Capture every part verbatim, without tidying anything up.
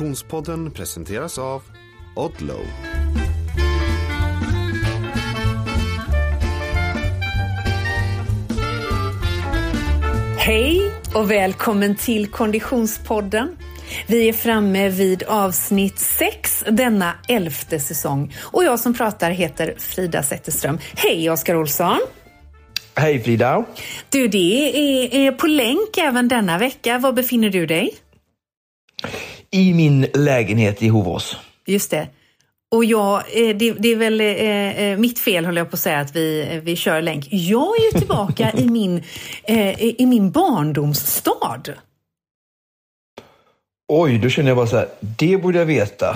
Konditionspodden presenteras av Odlo. Hej och välkommen till Konditionspodden. Vi är framme vid avsnitt sex denna elfte säsong. Och jag som pratar heter Frida Zetterström. Hej Oskar Olsson. Hej Frida. Du, det är, är på länk även denna vecka. Var befinner du dig? I min lägenhet i Hovås. Just det. Och jag, det, det är väl eh, mitt fel, håller jag på att säga, att vi, vi kör länk. Jag är ju tillbaka i, min, eh, i min barndomsstad. Oj, då känner jag bara så här, det borde jag veta.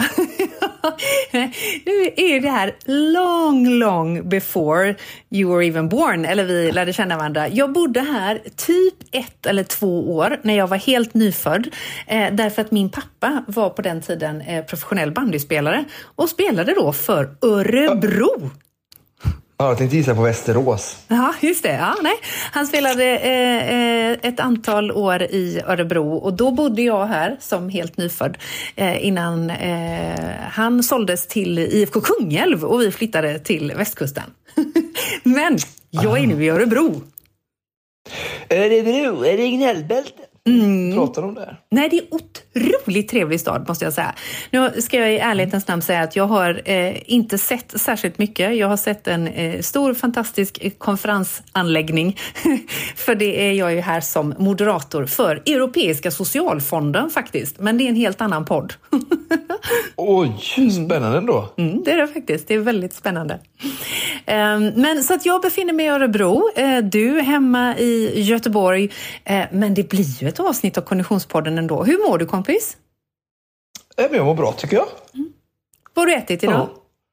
Nu är det här long, long before you were even born, eller vi lärde känna varandra. Jag bodde här typ ett eller två år när jag var helt nyfödd, eh, därför att min pappa var på den tiden eh, professionell bandyspelare och spelade då för Örebro. Ja, jag tänkte gissa på Västerås. Ja, just det. Ja, nej. Han spelade eh, ett antal år i Örebro och då bodde jag här som helt nyfödd eh, innan eh, han såldes till I F K Kungälv och vi flyttade till västkusten. Men jag är nu i Örebro. Örebro, är det gnällbälte? Mm. Pratar de där? Nej, det är otroligt trevlig stad måste jag säga. Nu ska jag i ärlighetens namn säga att jag har eh, inte sett särskilt mycket. Jag har sett en eh, stor fantastisk konferensanläggning. För det är jag ju här som moderator för Europeiska socialfonden faktiskt. Men det är en helt annan podd. Oj, spännande då. Mm, det är det faktiskt. Det är väldigt spännande. Um, men så att jag befinner mig i Örebro. Uh, du hemma i Göteborg. Uh, men det blir ju ett avsnitt av Konditionspodden ändå. Hur mår du, kompis? Jag mår bra, tycker jag. Mm. Vad har du ätit idag?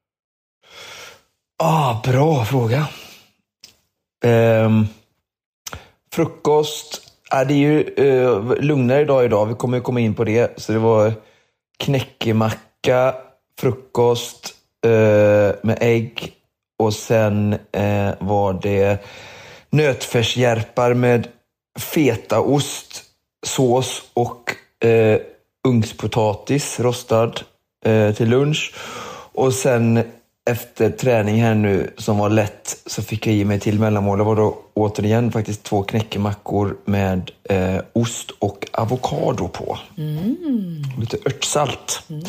Ja, ah, bra fråga. Um, frukost. Ah, det är ju uh, lugnare idag idag. Vi kommer komma in på det. Så det var knäckemacka, frukost uh, med ägg. Och sen uh, var det nötfärshjärpar med fetaost, sås och uh, ugnspotatis rostad uh, till lunch. Och sen efter träning här nu som var lätt så fick jag i mig till mellanmål. Det var då återigen faktiskt två knäckemackor med eh, ost och avokado på. Mm. Lite örtsalt. Mm.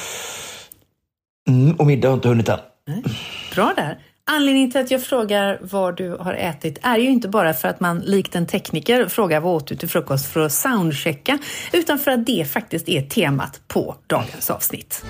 Mm, och middag har inte hunnit än. Nej. Bra där. Anledningen till att jag frågar vad du har ätit är ju inte bara för att man likt en tekniker frågar vad åt du till frukost för att soundchecka, utan för att det faktiskt är temat på dagens avsnitt.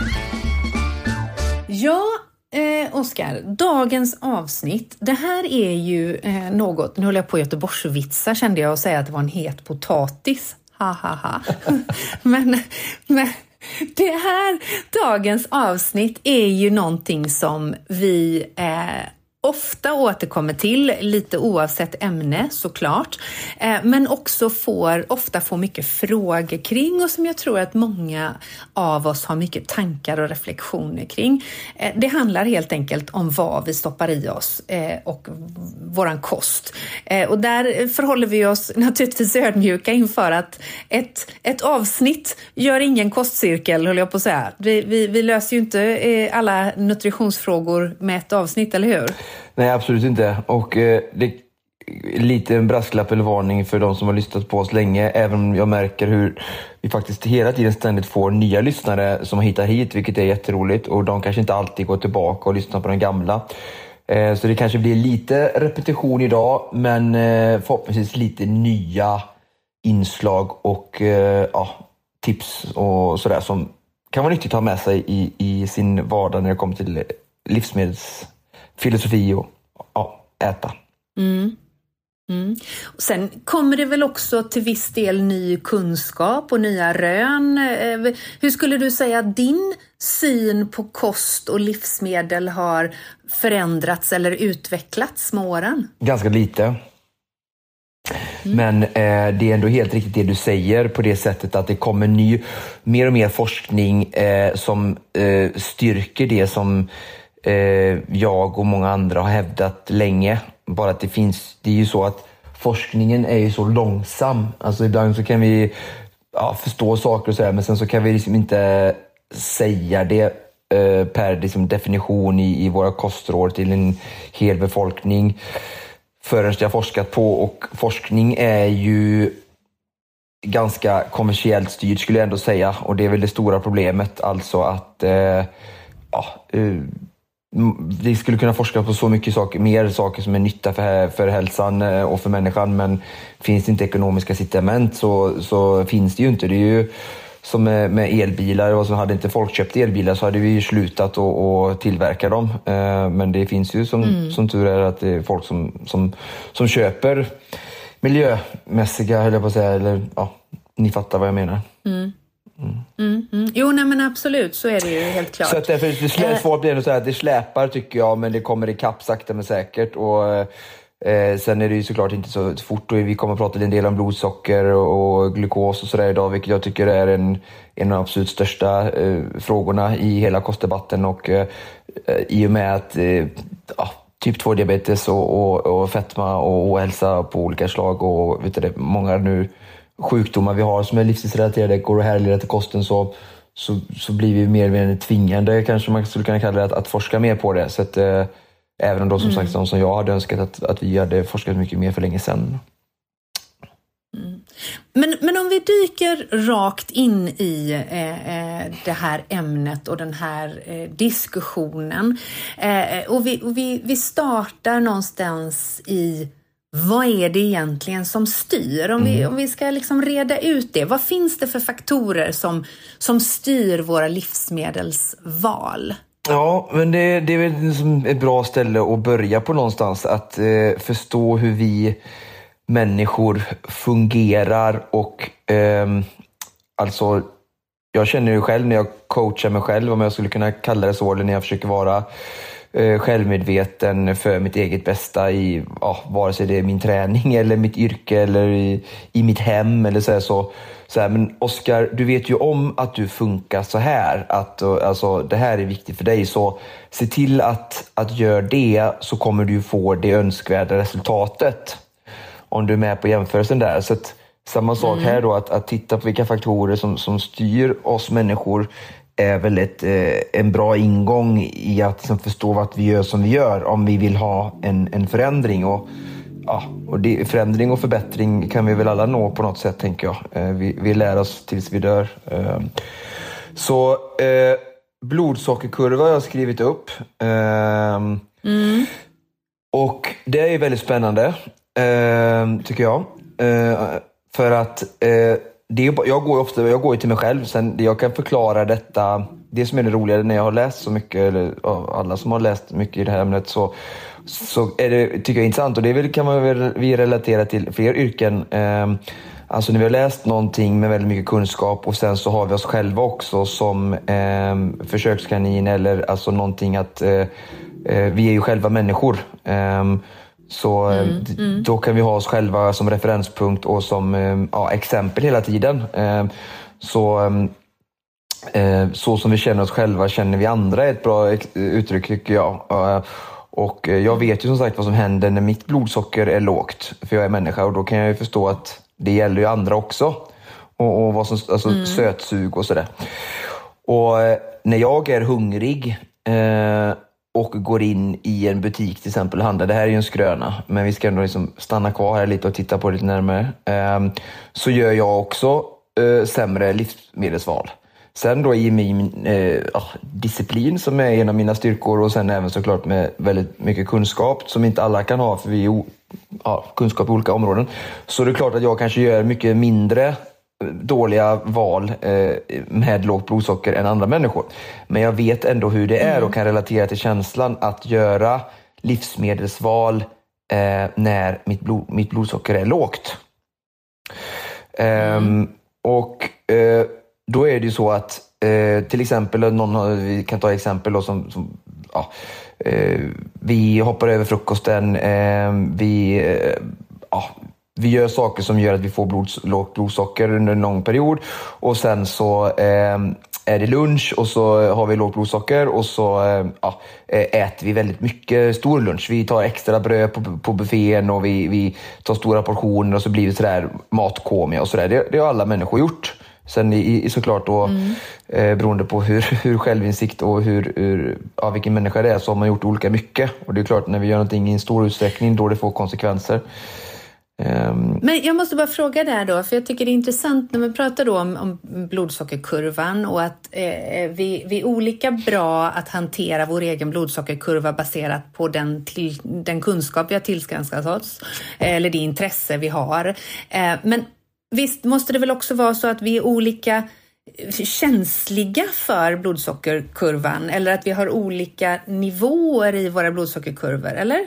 Ja, eh, Oskar, dagens avsnitt, det här är ju eh, något, nu håller jag på Göteborgsvitsar kände jag och säga att det var en het potatis, ha ha ha, men, men det här, dagens avsnitt är ju någonting som vi eh, ofta återkommer till, lite oavsett ämne såklart, eh, men också får, ofta får mycket frågor kring och som jag tror att många av oss har mycket tankar och reflektioner kring. Eh, det handlar helt enkelt om vad vi stoppar i oss eh, och våran kost. Eh, och där förhåller vi oss naturligtvis ödmjuka inför att ett, ett avsnitt gör ingen kostcirkel, håller jag på att säga. Vi, vi, vi löser ju inte eh, alla nutritionsfrågor med ett avsnitt, eller hur? Nej, absolut inte. Och eh, det är lite en brasklapp eller varning för de som har lyssnat på oss länge. Även om jag märker hur vi faktiskt hela tiden ständigt får nya lyssnare som hittar hit, vilket är jätteroligt. Och de kanske inte alltid går tillbaka och lyssnar på den gamla. Eh, så det kanske blir lite repetition idag, men eh, förhoppningsvis lite nya inslag och eh, ja, tips och sådär som kan vara nyttigt att ha med sig i, i sin vardag när det kommer till livsmedels filosofi och ja, äta. Mm. Mm. Och sen kommer det väl också till viss del ny kunskap och nya rön. Hur skulle du säga att din syn på kost och livsmedel har förändrats eller utvecklats med åren? Ganska lite. Mm. Men eh, det är ändå helt riktigt det du säger på det sättet att det kommer ny, mer och mer forskning eh, som eh, styrker det som jag och många andra har hävdat länge. Bara att det finns, det är ju så att forskningen är ju så långsam. Alltså ibland så kan vi ja, förstå saker och så här, men sen så kan vi liksom inte säga det eh, per liksom, definition i, i våra kostråd till en hel befolkning förrän det har forskat på, och forskning är ju ganska kommersiellt styrd skulle jag ändå säga, och det är väl det stora problemet, alltså att eh, ja, eh, vi skulle kunna forska på så mycket saker, mer saker som är nytta för, för hälsan och för människan, men finns det inte ekonomiska incitament så, så finns det ju inte. Det är ju som med, med elbilar, och så hade inte folk köpt elbilar så hade vi ju slutat att tillverka dem. Men det finns ju som, mm. som tur är att det är folk som, som, som köper miljömässiga, höll jag på att säga, eller ja, ni fattar vad jag menar. Mm. Mm. Mm, mm. Jo, nej, men absolut, så är det ju helt klart. Så att därför, det, slä, svårt blir det så här, det släpar tycker jag, men det kommer i kapp sakta men säkert. Och eh, sen är det ju såklart inte så fort, och vi kommer att prata en del om blodsocker och, och glukos och sådär idag, vilket jag tycker är en, en av de absolut största eh, frågorna i hela kostdebatten. Och eh, i och med att eh, ja, typ två diabetes och, och, och fetma och ohälsa på olika slag, och vet du, många nu sjukdomar vi har som är livsstilsrelaterade går att härleda till kosten, så, så, så blir vi mer eller mindre tvingande, kanske man skulle kunna kalla det, att, att forska mer på det. Så att, eh, även om då som mm. sagt, som jag hade önskat att, att vi hade forskat mycket mer för länge sedan. Mm. Men, men om vi dyker rakt in i eh, det här ämnet och den här eh, diskussionen, eh, och, vi, och vi, vi startar någonstans i vad är det egentligen som styr? Om vi, mm. om vi ska liksom reda ut det. Vad finns det för faktorer som, som styr våra livsmedelsval? Ja, men det, det är väl liksom ett bra ställe att börja på någonstans. Att eh, förstå hur vi människor fungerar. Och eh, alltså, jag känner ju själv när jag coachar mig själv, om jag skulle kunna kalla det så, eller när jag försöker vara självmedveten för mitt eget bästa i ja, vare sig det är min träning eller mitt yrke eller i, i mitt hem eller så här, så, så här, men Oskar, du vet ju om att du funkar så här, att alltså, det här är viktigt för dig, så se till att, att gör det, så kommer du få det önskvärda resultatet, om du är med på jämförelsen där. Så att, samma sak mm. här då, att, att titta på vilka faktorer som, som styr oss människor är väl ett, eh, en bra ingång i att liksom, förstå vad vi gör som vi gör, om vi vill ha en, en förändring. Och, ja, och det, förändring och förbättring kan vi väl alla nå på något sätt, tänker jag. Eh, vi, vi lär oss tills vi dör. Eh, så eh, blodsockerkurva har jag skrivit upp. Eh, mm. Och det är väldigt spännande, eh, tycker jag. Eh, för att eh, Det är, jag går ju ofta jag går ju till mig själv. Sen jag kan förklara detta. Det som är det roliga när jag har läst så mycket, eller alla som har läst mycket i det här ämnet, så, så är det, tycker jag är intressant. Och det vill, kan man väl vi relatera till fler yrken. Eh, alltså när vi har läst någonting med väldigt mycket kunskap, och sen så har vi oss själva också som eh, försökskanin, eller alltså någonting att eh, vi är ju själva människor. Eh, Så mm, mm. då kan vi ha oss själva som referenspunkt och som ja, exempel hela tiden. Så, så som vi känner oss själva känner vi andra är ett bra uttryck, tycker jag. Och jag vet ju som sagt vad som händer när mitt blodsocker är lågt, för jag är människa, och då kan jag ju förstå att det gäller ju andra också. Och, och vad som, alltså mm. sötsug och sådär. Och när jag är hungrig eh, och går in i en butik till exempel och handlar, det här är ju en skröna, men vi ska ändå liksom stanna kvar här lite och titta på det lite närmare, eh, så gör jag också eh, sämre livsmedelsval. Sen då i min eh, disciplin, som är en av mina styrkor, och sen även såklart med väldigt mycket kunskap som inte alla kan ha, för vi är ja, kunskap på olika områden, så det är klart att jag kanske gör mycket mindre dåliga val eh, med lågt blodsocker än andra människor. Men jag vet ändå hur det är mm. och kan relatera till känslan att göra livsmedelsval eh, när mitt, blod, mitt blodsocker är lågt. Mm. Um, och eh, då är det ju så att eh, till exempel, någon, vi kan ta exempel då, som, som ja, eh, vi hoppar över frukosten, eh, vi eh, ja, Vi gör saker som gör att vi får blod, lågt blodsocker under en lång period. Och sen så eh, är det lunch och så har vi lågt blodsocker. Och så eh, ja, äter vi väldigt mycket stor lunch. Vi tar extra bröd på, på buffén och vi, vi tar stora portioner. Och så blir det sådär matkomia och sådär. Det, det har alla människor gjort. Sen i, i såklart då, mm. eh, beroende på hur, hur självinsikt och hur, hur, ja, vilken människa det är, så har man gjort olika mycket. Och det är klart, när vi gör någonting i en stor utsträckning, då det får konsekvenser. Um... Men jag måste bara fråga där då, för jag tycker det är intressant när vi pratar då om, om blodsockerkurvan och att eh, vi, vi är olika bra att hantera vår egen blodsockerkurva baserat på den, till, den kunskap vi har tillskansat oss, eh, eller det intresse vi har. Eh, men visst måste det väl också vara så att vi är olika känsliga för blodsockerkurvan, eller att vi har olika nivåer i våra blodsockerkurvor, eller?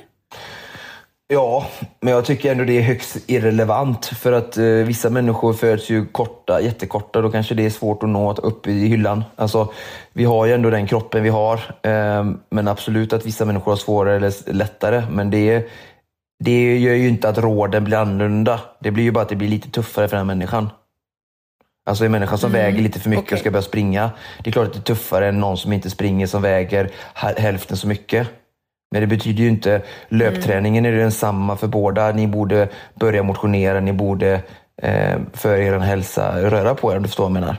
Ja, men jag tycker ändå det är högst irrelevant, för att eh, vissa människor föds ju korta, jättekorta, då kanske det är svårt att nå upp i hyllan. Alltså, vi har ju ändå den kroppen vi har, eh, men absolut att vissa människor har svårare eller lättare, men det, det gör ju inte att råden blir annorlunda. Det blir ju bara att det blir lite tuffare för den här människan. Alltså en människa som mm, väger lite för mycket okay. och ska börja springa, det är klart att det är tuffare än någon som inte springer, som väger hälften så mycket. Men det betyder ju inte, löpträningen är densamma för båda. Ni borde börja motionera, ni borde eh, för er hälsa röra på er, om du förstår vad jag menar.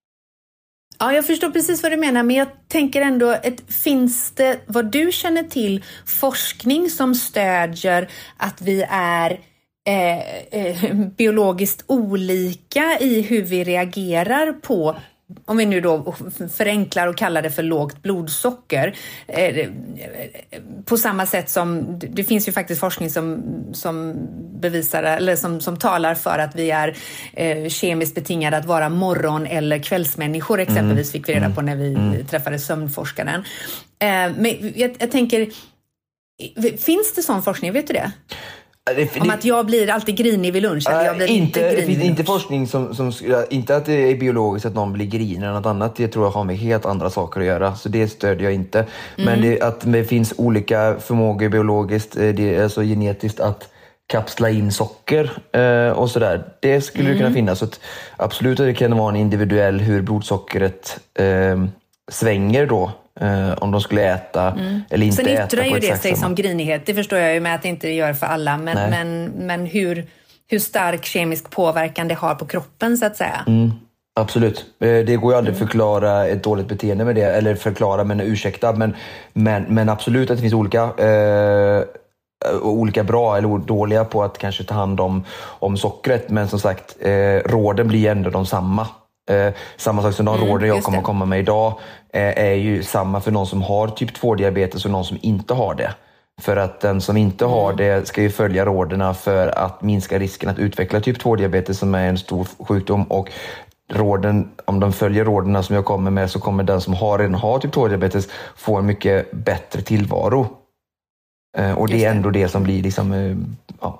Ja, jag förstår precis vad du menar, men jag tänker ändå, ett, finns det, vad du känner till, forskning som stödjer att vi är eh, eh, biologiskt olika i hur vi reagerar på, om vi nu då förenklar och kallar det för lågt blodsocker, eh, på samma sätt som det finns ju faktiskt forskning som, som bevisar, eller som, som talar för att vi är eh, kemiskt betingade att vara morgon- eller kvällsmänniskor, exempelvis fick vi reda på när vi mm. träffade sömnforskaren. Eh, men jag, jag tänker, finns det sån forskning, vet du det? Det, det, om att jag blir alltid grinig vid lunch, eller jag blir inte, inte grinig. Det finns inte forskning som, som, inte att det är biologiskt att någon blir grinig eller något annat. Det tror jag har med helt andra saker att göra, så det stödjer jag inte. Mm. Men det, att det finns olika förmågor biologiskt, det är alltså genetiskt, att kapsla in socker eh, och sådär. Det skulle mm. det kunna finnas. Så att absolut att det kan vara en individuell hur blodsockret eh, svänger då. Uh, om de skulle äta mm. eller inte Sen äta. Sen yttrar ju det sig samma. Som grinighet. Det förstår jag ju med att det inte gör för alla. Men, men, men hur, hur stark kemisk påverkan det har på kroppen, så att säga. Mm. Absolut. Det går ju aldrig att mm. förklara ett dåligt beteende med det. Eller förklara, men ursäkta. Men, men, men absolut att det finns olika uh, olika bra eller dåliga på att kanske ta hand om, om sockret. Men som sagt, uh, råden blir ändå de samma. Eh, samma sak som de mm, råden jag kommer att komma med idag eh, är ju samma för någon som har typ två diabetes och någon som inte har det. För att den som inte mm. har det ska ju följa råderna för att minska risken att utveckla typ två diabetes, som är en stor sjukdom. Och råden, om de följer råderna som jag kommer med, så kommer den som har, redan har typ två diabetes få en mycket bättre tillvaro. Eh, och det är ändå det som blir liksom, eh, ja,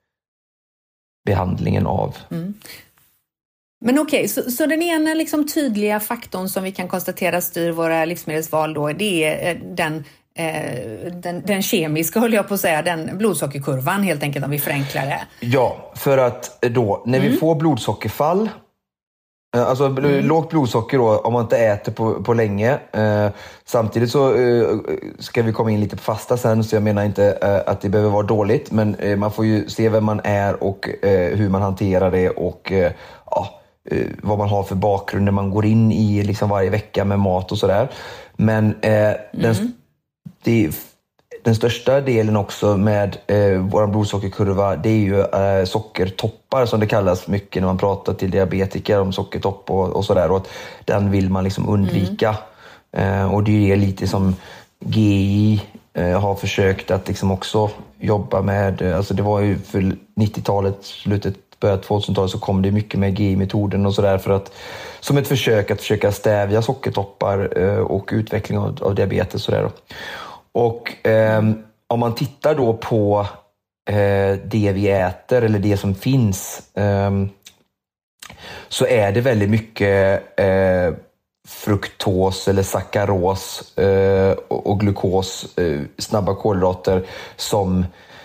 behandlingen av. Mm. Men okej, okay, så, så den ena liksom tydliga faktorn som vi kan konstatera styr våra livsmedelsval då, det är den, eh, den, den kemiska, håller jag på att säga, den blodsockerkurvan helt enkelt, om vi förenklar det. Ja, för att då, när mm. vi får blodsockerfall, alltså mm. lågt blodsocker då, om man inte äter på, på länge, eh, samtidigt så eh, ska vi komma in lite på fasta sen, så jag menar inte eh, att det behöver vara dåligt, men eh, man får ju se vem man är och eh, hur man hanterar det och eh, ja, vad man har för bakgrund när man går in i liksom varje vecka med mat och sådär. Men eh, mm. den, det, den största delen också med eh, vår blodsockerkurva, det är ju eh, sockertoppar som det kallas mycket när man pratar till diabetiker om sockertopp och, och sådär. Och att den vill man liksom undvika. Mm. Eh, och det är lite som G I eh, har försökt att liksom också jobba med. Alltså det var ju för nittiotalet, slutet börjat tvåtusentalet, så kom det mycket med G I-metoden och sådär, för att som ett försök att försöka stävja sockertoppar eh, och utveckling av, av diabetes och där. Och eh, om man tittar då på eh, det vi äter eller det som finns, eh, så är det väldigt mycket eh, fruktos eller sackaros eh, och, och glukos, eh, snabba kolhydrater, som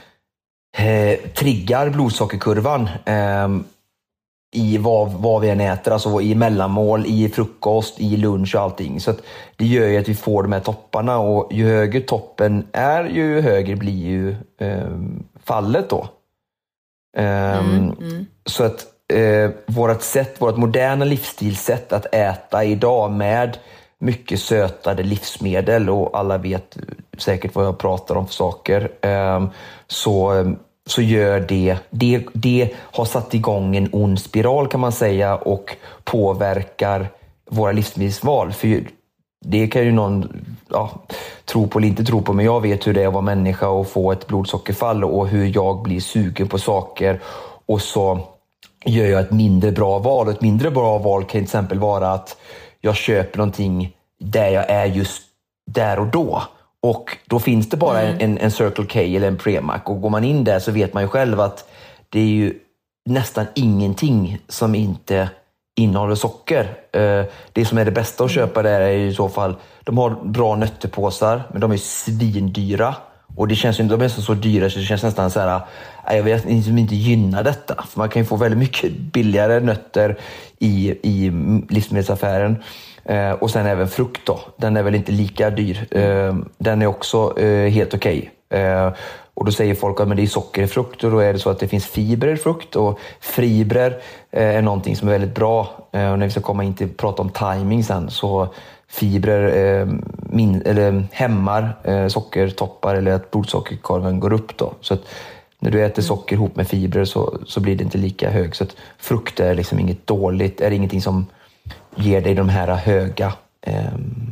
Eh, triggar blodsockerkurvan eh, i vad, vad vi än äter, alltså i mellanmål, i frukost, i lunch och allting. Så att det gör ju att vi får de här topparna, och ju högre toppen är, ju högre blir ju eh, fallet då. Eh, mm, mm. Så att eh, vårt sätt, vårt moderna livsstilsätt att äta idag med mycket sötade livsmedel, och alla vet säkert vad jag pratar om för saker, eh, så, så gör det, det, det har satt igång en ond spiral kan man säga, och påverkar våra livsmedelsval. För det kan ju någon ja, tro på eller inte tro på, men jag vet hur det är att vara människa och få ett blodsockerfall, och hur jag blir sugen på saker, och så gör jag ett mindre bra val. Ett mindre bra val kan till exempel vara att jag köper någonting där jag är just där och då. Och då finns det bara mm. en, en Circle K eller en Premac. Och går man in där så vet man ju själv att det är ju nästan ingenting som inte innehåller socker. Det som är det bästa att köpa där är i så fall, de har bra nötterpåsar, men de är svindyra. Och det känns ju inte, de är så dyra så det känns nästan så här, jag vet inte som inte gynnar detta. För man kan ju få väldigt mycket billigare nötter i, i livsmedelsaffären. Eh, och sen även frukt då. Den är väl inte lika dyr. Eh, den är också eh, helt okej. Okay. Eh, och då säger folk att men det är socker i frukt, och då är det så att det finns fibrer i frukt, och fibrer eh, är någonting som är väldigt bra. Eh, och när vi ska komma in till prata om timing sen, så fibrer eh, min, eller hämmar eh, sockertoppar, eller att blodsockerkorven går upp då. Så att när du äter socker ihop med fibrer så, så blir det inte lika hög. Så att frukt är liksom inget dåligt, är ingenting som ger dig de här höga eh,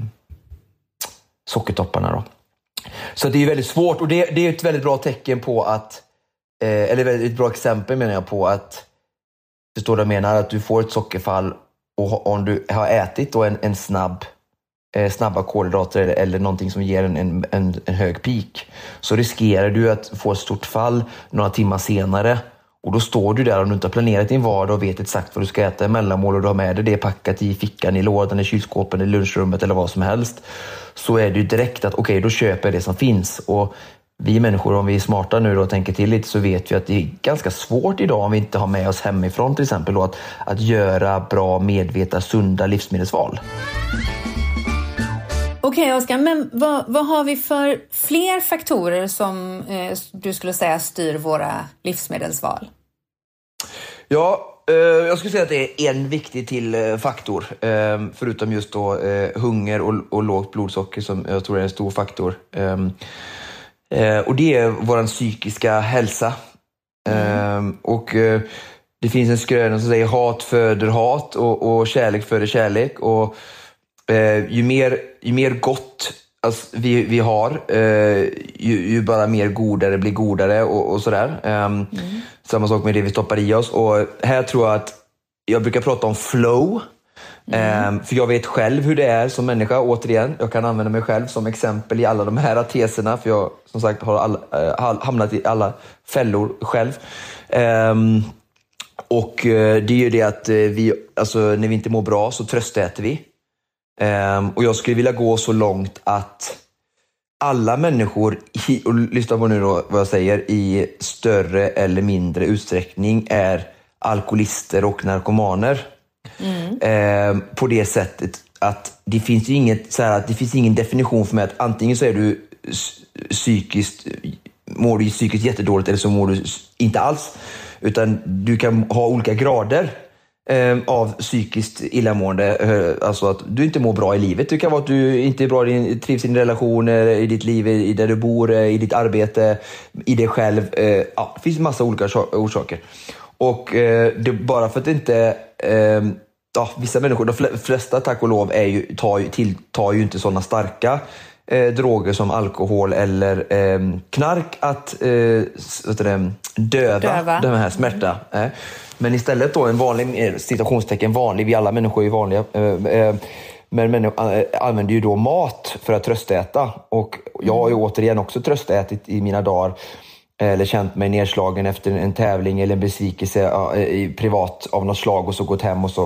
sockertopparna då. Så det är väldigt svårt, och det, det är ett väldigt bra tecken på att, eh, eller ett bra exempel menar jag på att, förstår du, menar att du får ett sockerfall, och om du har ätit då en, en snabb eh, snabba kolhydrater eller, eller någonting som ger en, en, en, en hög peak, så riskerar du att få ett stort fall några timmar senare. Och då står du där, om du inte har planerat din vardag och vet exakt vad du ska äta i mellanmål, och du har med dig det packat i fickan, i lådan, i kylskåpen, i lunchrummet eller vad som helst, så är det ju direkt att okej, okay, då köper jag det som finns. Och vi människor, om vi är smarta nu då och tänker till lite, så vet vi att det är ganska svårt idag, om vi inte har med oss hemifrån till exempel då, att, att göra bra, medvetna, sunda livsmedelsval. Okej, okay, Oskar, men vad, vad har vi för fler faktorer som eh, du skulle säga styr våra livsmedelsval? Ja, eh, jag skulle säga att det är en viktig till eh, faktor. Eh, förutom just då eh, hunger och, och lågt blodsocker, som jag tror är en stor faktor. Eh, eh, och det är vår psykiska hälsa. Mm. Eh, och eh, det finns en skröna som säger hat föder hat, och, och kärlek föder kärlek. Och Eh, ju, mer, ju mer gott alltså, vi, vi har, eh, ju, ju bara mer godare blir godare och, och sådär. Eh, mm. Samma sak med det vi stoppar i oss. Och här tror jag att jag brukar prata om flow. Mm. Eh, för jag vet själv hur det är som människa. Återigen, jag kan använda mig själv som exempel i alla de här teserna. För jag som sagt har alla, äh, hamnat i alla fällor själv. Eh, och eh, det är ju det att eh, vi, alltså, när vi inte mår bra så tröstäter vi. Um, och jag skulle vilja gå så långt att alla människor, i, och lyssna på nu då vad jag säger, i större eller mindre utsträckning är alkoholister och narkomaner. Mm. Um, på det sättet att det finns ju inget, så här, att det finns ingen definition för mig att antingen så är du psykiskt, mår du psykiskt jättedåligt, eller så mår du inte alls. Utan du kan ha olika grader av psykiskt illamående, alltså att du inte mår bra i livet. Det kan vara att du inte är bra, trivs i din relation, i ditt liv, i där du bor, i ditt arbete, i dig själv. Ja, det finns en massa olika orsaker. Och det, bara för att det inte, ja, vissa människor, de flesta tack och lov är ju, tar, ju, till, tar ju inte sådana starka eh, droger som alkohol eller eh, knark att eh, det, döva, döva den här smärta. Eh. Men istället då en vanlig, citationstecken vanlig, vi alla människor är ju vanliga, eh, men människor använder ju då mat för att tröstäta. Och jag har ju återigen också tröstätit i mina dagar, eller känt mig nedslagen efter en tävling eller en besvikelse eh, privat av något slag, och så gått hem och så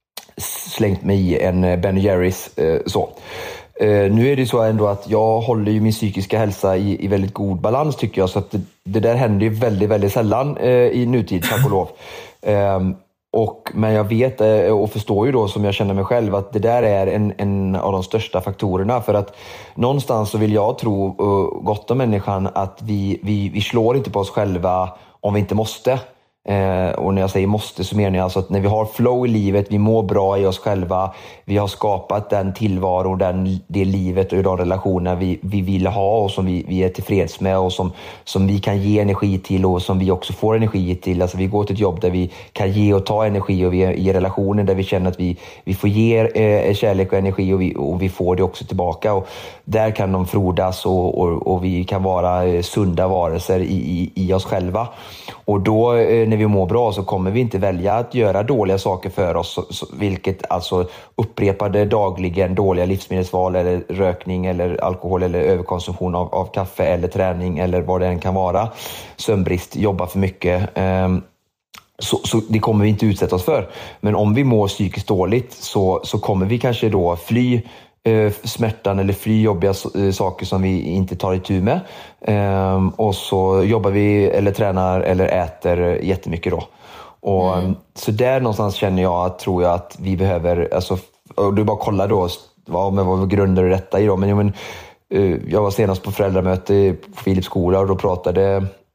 slängt mig i en Ben and Jerry's eh, så. Uh, nu är det så ändå att jag håller ju min psykiska hälsa i, i väldigt god balans, tycker jag. Så att det, det där händer ju väldigt, väldigt sällan uh, i nutid, tack och lov. Um, och, men jag vet uh, och förstår ju då, som jag känner mig själv, att det där är en, en av de största faktorerna. För att någonstans så vill jag tro uh, gott om människan att vi, vi, vi slår inte på oss själva om vi inte måste. Eh, och när jag säger måste så menar jag alltså att när vi har flow i livet, vi mår bra i oss själva, vi har skapat den tillvaro, den, det livet och de relationer vi, vi vill ha och som vi, vi är tillfreds med och som, som vi kan ge energi till och som vi också får energi till. Alltså vi går till ett jobb där vi kan ge och ta energi och vi är i relationer där vi känner att vi, vi får ge eh, kärlek och energi och vi, och vi får det också tillbaka. Och där kan de frodas och, och, och vi kan vara eh, sunda varelser i, i, i oss själva. Och då eh, när vi mår bra så kommer vi inte välja att göra dåliga saker för oss, så, så, vilket alltså upprepade dagligen dåliga livsmedelsval eller rökning eller alkohol eller överkonsumtion av, av kaffe eller träning eller vad det än kan vara, sömnbrist, jobba för mycket, eh, så, så det kommer vi inte utsätta oss för. Men om vi mår psykiskt dåligt så, så kommer vi kanske då fly eh, smärtan eller fly jobbiga eh, saker som vi inte tar itu med. Um, och så jobbar vi eller tränar eller äter jättemycket då. Och, mm. Så där någonstans känner jag att, tror jag att vi behöver, alltså, och du bara kolla då vad, med vad grundar detta i då. Men, men uh, jag var senast på föräldramöte på Philips skola och då pratade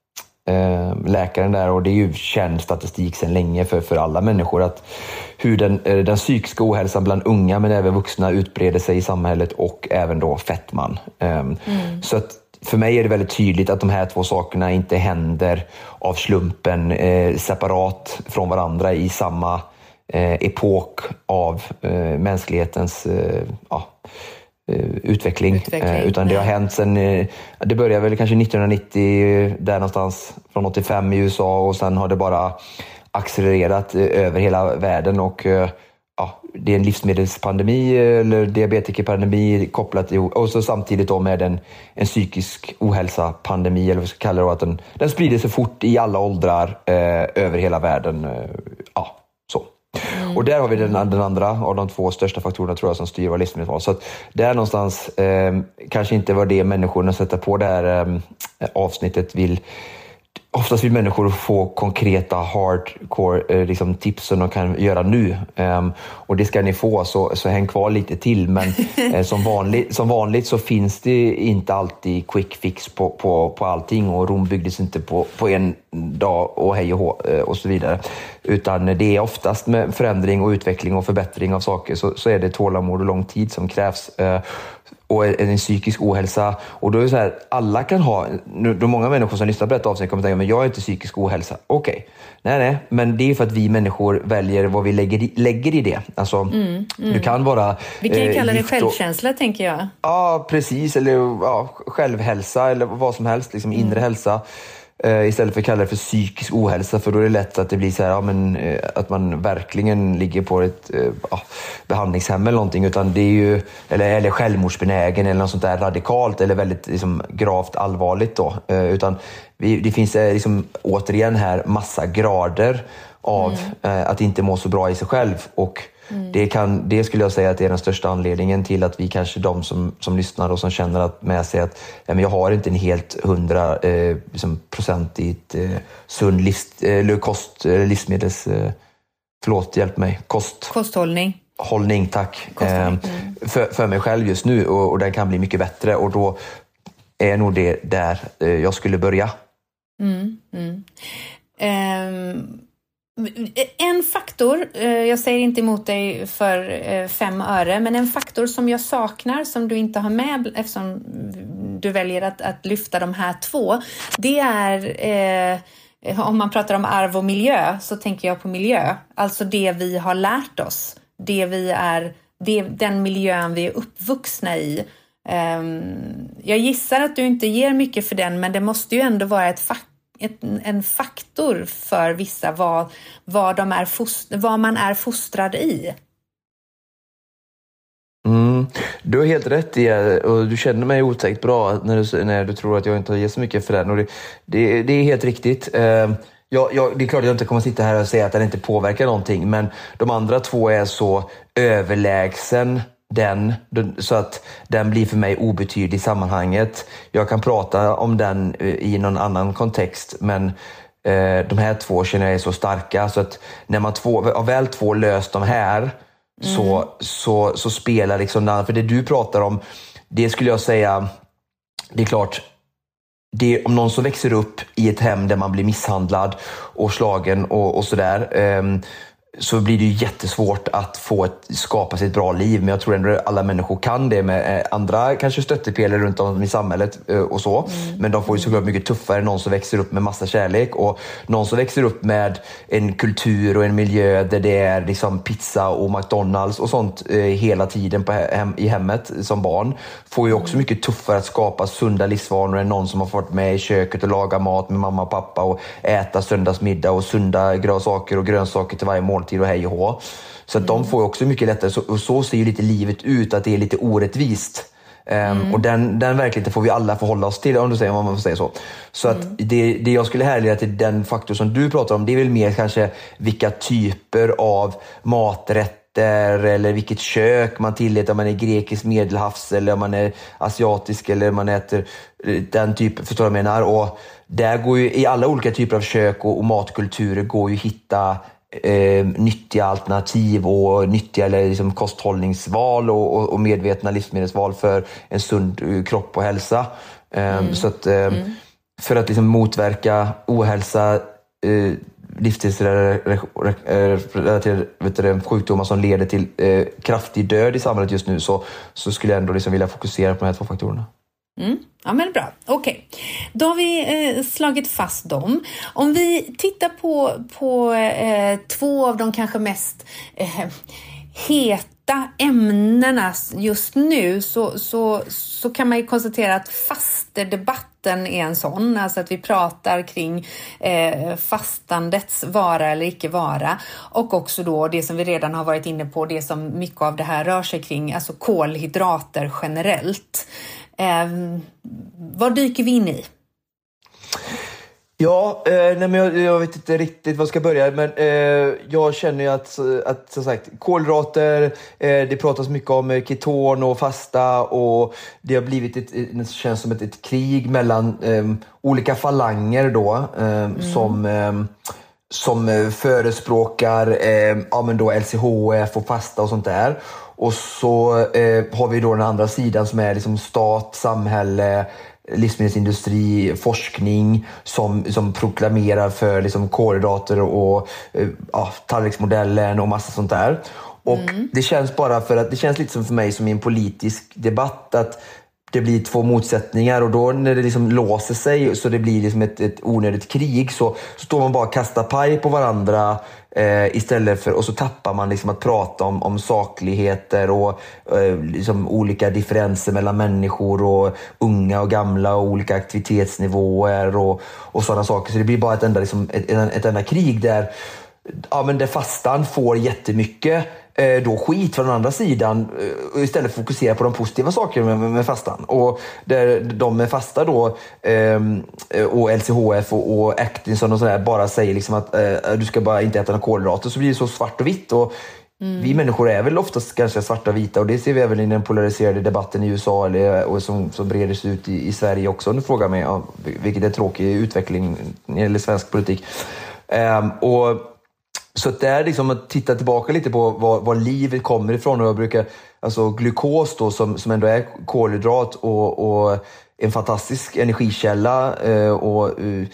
uh, läkaren där, och det är ju känd statistik sedan länge för, för alla människor att hur den, uh, den psykiska ohälsan bland unga men även vuxna utbreder sig i samhället och även då fettman. Um, mm. Så att för mig är det väldigt tydligt att de här två sakerna inte händer av slumpen eh, separat från varandra i samma eh, epok av eh, mänsklighetens eh, ja, eh, utveckling. utveckling. Eh, utan det har hänt sen, eh, det började väl kanske nittonhundranittio där någonstans från åttiofem i U S A och sen har det bara accelererat eh, över hela världen och eh, ja, det är en livsmedelspandemi eller diabetikerpandemi kopplat till, och så samtidigt då med en, en psykisk ohälsa-pandemi eller vad vi ska kalla det, att den, den sprider sig fort i alla åldrar eh, över hela världen. Eh, ja, så. Mm. Och där har vi den, den andra av de två största faktorerna tror jag som styr vår livsmedelsval. Så att där någonstans eh, kanske inte var det människorna sätter på det här eh, avsnittet vill. Oftast vill människor få konkreta hardcore eh, liksom, tips som de kan göra nu. Um, och det ska ni få, så, så häng kvar lite till. Men eh, som, vanligt, som vanligt så finns det inte alltid quick fix på, på, på allting. Och Rom byggdes inte på, på en dag och hej och hå, eh, och så vidare. Utan det är oftast med förändring och utveckling och förbättring av saker så, så är det tålamod och lång tid som krävs. Eh, och en psykisk ohälsa. Och då är det så här, alla kan ha, nu, då många människor som lyssnar på detta avsnitt kommer tänka, men jag är inte psykisk ohälsa. Okej, okay. nej nej, men det är för att vi människor väljer vad vi lägger i, lägger i det. Alltså, mm, mm. du kan vara... Vi kan ju kalla eh, det självkänsla, och, tänker jag. Ja, precis. Eller ja, självhälsa eller vad som helst, liksom mm. inre hälsa. Uh, istället för att kalla det för psykisk ohälsa, för då är det lätt att det blir så här, ja, men, uh, att man verkligen ligger på ett uh, uh, behandlingshem eller någonting, utan det är ju, eller, eller självmordsbenägen eller något sånt där radikalt eller väldigt liksom, gravt allvarligt då. Uh, utan vi, det finns uh, liksom, återigen här massa grader av mm. uh, att inte må så bra i sig själv, och Mm. Det, kan, det skulle jag säga att det är den största anledningen till att vi kanske, de som, som lyssnar och som känner att med sig att ja, men jag har inte en helt hundra eh, liksom procentigt eh, sund livs, eh, kost, eh, livsmedels... Eh, förlåt, hjälp mig. Kost. Kosthållning. Hållning, tack. Mm. Eh, för, för mig själv just nu, och, och den kan bli mycket bättre, och då är nog det där eh, jag skulle börja. Mm. Mm. Um... En faktor, jag säger inte emot dig för fem öre, men en faktor som jag saknar, som du inte har med eftersom du väljer att, att lyfta de här två, det är, eh, om man pratar om arv och miljö, så tänker jag på miljö. Alltså det vi har lärt oss, det vi är, det, den miljön vi är uppvuxna i. Um, jag gissar att du inte ger mycket för den, men det måste ju ändå vara ett faktor. Ett, en faktor för vissa vad, vad, de är fost, vad man är fostrad i. Mm, du har helt rätt i det, och du känner mig otäckt bra när du, när du tror att jag inte ger så mycket för den, och det, det, det är helt riktigt. Uh, jag, jag, det är klart att jag inte kommer att sitta här och säga att den inte påverkar någonting, men de andra två är så överlägsen den, så att den blir för mig obetydlig i sammanhanget. Jag kan prata om den i någon annan kontext, men eh, de här två känner jag är så starka, så att när man två, har väl två löst de här mm. så, så, så spelar liksom den, för det du pratar om, det skulle jag säga, det är klart, det, om någon som växer upp i ett hem där man blir misshandlad och slagen och, och sådär, eh, så blir det ju jättesvårt att få ett, skapa sig ett bra liv. Men jag tror ändå att alla människor kan det med andra kanske stöttepelare runt om i samhället och så. Mm. Men de får ju såklart mycket tuffare än någon som växer upp med massa kärlek. Och någon som växer upp med en kultur och en miljö där det är liksom pizza och McDonalds och sånt eh, hela tiden på hem, i hemmet som barn, får ju också mm. mycket tuffare att skapa sunda livsvanor än någon som har fått med i köket och laga mat med mamma och pappa och äta söndagsmiddag och sunda grönsaker och grönsaker till varje mål till och hej och hå. Så att mm. de får också mycket lättare. Så, och så ser ju lite livet ut, att det är lite orättvist. Um, mm. Och den, den verkligheten får vi alla förhålla oss till, om du säger, om man får säga så. Så mm. att det, det jag skulle härleda till den faktor som du pratar om, det är väl mer kanske vilka typer av maträtter eller vilket kök man tillåter, om man är grekisk medelhavs eller om man är asiatisk eller om man äter den typen, förstår jag menar. Och där går ju, i alla olika typer av kök och, och matkulturer går ju hitta Eh, nyttiga alternativ och nyttiga eller liksom kosthållningsval och, och, och medvetna livsmedelsval för en sund uh, kropp och hälsa. Eh, mm. Så att, eh, mm. för att liksom motverka ohälsa, eh, livsstilsrelaterade sjukdomar som leder till eh, kraftig död i samhället just nu, så, så skulle jag ändå liksom vilja fokusera på de här två faktorerna. Mm. Ja, men bra. Okej. Okay. Då har vi eh, slagit fast dem. Om vi tittar på, på eh, två av de kanske mest eh, heta ämnena just nu, så, så, så kan man ju konstatera att fastedebatten är en sån. Alltså att vi pratar kring eh, fastandets vara eller icke vara. Och också då det som vi redan har varit inne på, det som mycket av det här rör sig kring, alltså kolhydrater generellt. Eh, vad dyker vi in i? Ja, eh, nej men jag, jag vet inte riktigt vad jag ska börja, men eh, jag känner ju att, att som sagt, kolhydrater, eh, det pratas mycket om keton och fasta, och det har blivit ett, det känns som ett, ett krig mellan eh, olika falanger då, eh, mm. som eh, som förespråkar eh, ja, men då L C H F och fasta och sånt där. Och så eh, har vi då den andra sidan som är liksom stat, samhälle, livsmedelsindustri, forskning som, som proklamerar för liksom kolhydrater och eh, ja, tallriksmodellen och massa sånt där. Och mm. det känns bara för att det känns lite som för mig som i en politisk debatt att det blir två motsättningar, och då när det liksom låser sig så det blir liksom ett, ett onödigt krig, så, så står man bara och kastar paj på varandra eh, istället för, och så tappar man liksom att prata om, om sakligheter och eh, liksom olika differenser mellan människor och unga och gamla och olika aktivitetsnivåer och, och sådana saker. Så det blir bara ett enda, liksom, ett, ett enda krig där, ja, men där fastan får jättemycket då skit från den andra sidan, istället för att fokusera på de positiva sakerna med, med fastan. Och där de med fasta då eh, och L C H F och, och Actinson och sådär bara säger liksom att eh, du ska bara inte äta några kolhydrater, så blir det så svart och vitt. Och mm. vi människor är väl oftast ganska svarta och vita, och det ser vi även i den polariserade debatten i U S A eller, och som, som breder sig ut i, i Sverige också. Nu frågar mig, ja, vilket är tråkig utveckling när det gäller svensk politik. Eh, och Så att det är liksom att titta tillbaka lite på var, var livet kommer ifrån. Och jag brukar, alltså glukos då, som, som ändå är kolhydrat och, och en fantastisk energikälla, eh, och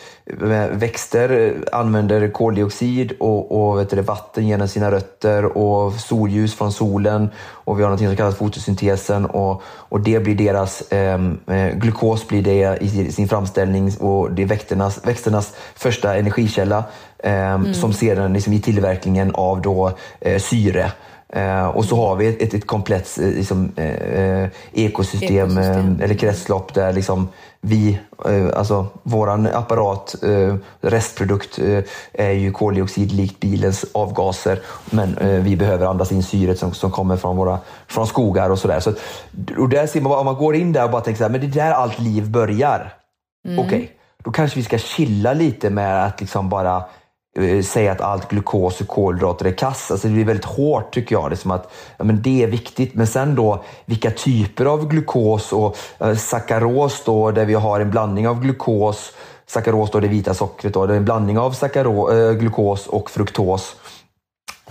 eh, växter använder koldioxid och, och vet du, vatten genom sina rötter och solljus från solen, och vi har något som kallas fotosyntesen, och, och det blir deras eh, glukos blir det i sin framställning, och det är växternas, växternas första energikälla eh, mm. som sedan liksom i tillverkningen av då eh, syre. Uh, och så har vi ett, ett, ett komplett liksom, uh, ekosystem, ekosystem. Uh, eller kretslopp där liksom vi, uh, alltså våran apparat, uh, restprodukt uh, är ju koldioxid likt bilens avgaser, men uh, vi behöver andas in syret som, som kommer från våra från skogar och sådär. Så, och där ser man, om man går in där och bara tänker så här, men det är där allt liv börjar. Mm. Okej, okay, då kanske vi ska chilla lite med att liksom bara säga att allt glukos och kolhydrater är kass. Alltså det blir väldigt hårt, tycker jag. Det är som att ja, men det är viktigt. Men sen då, vilka typer av glukos och äh, sackaros då, där vi har en blandning av glukos, sackaros då det vita sockret då, det är en blandning av sackaro, äh, glukos och fruktos.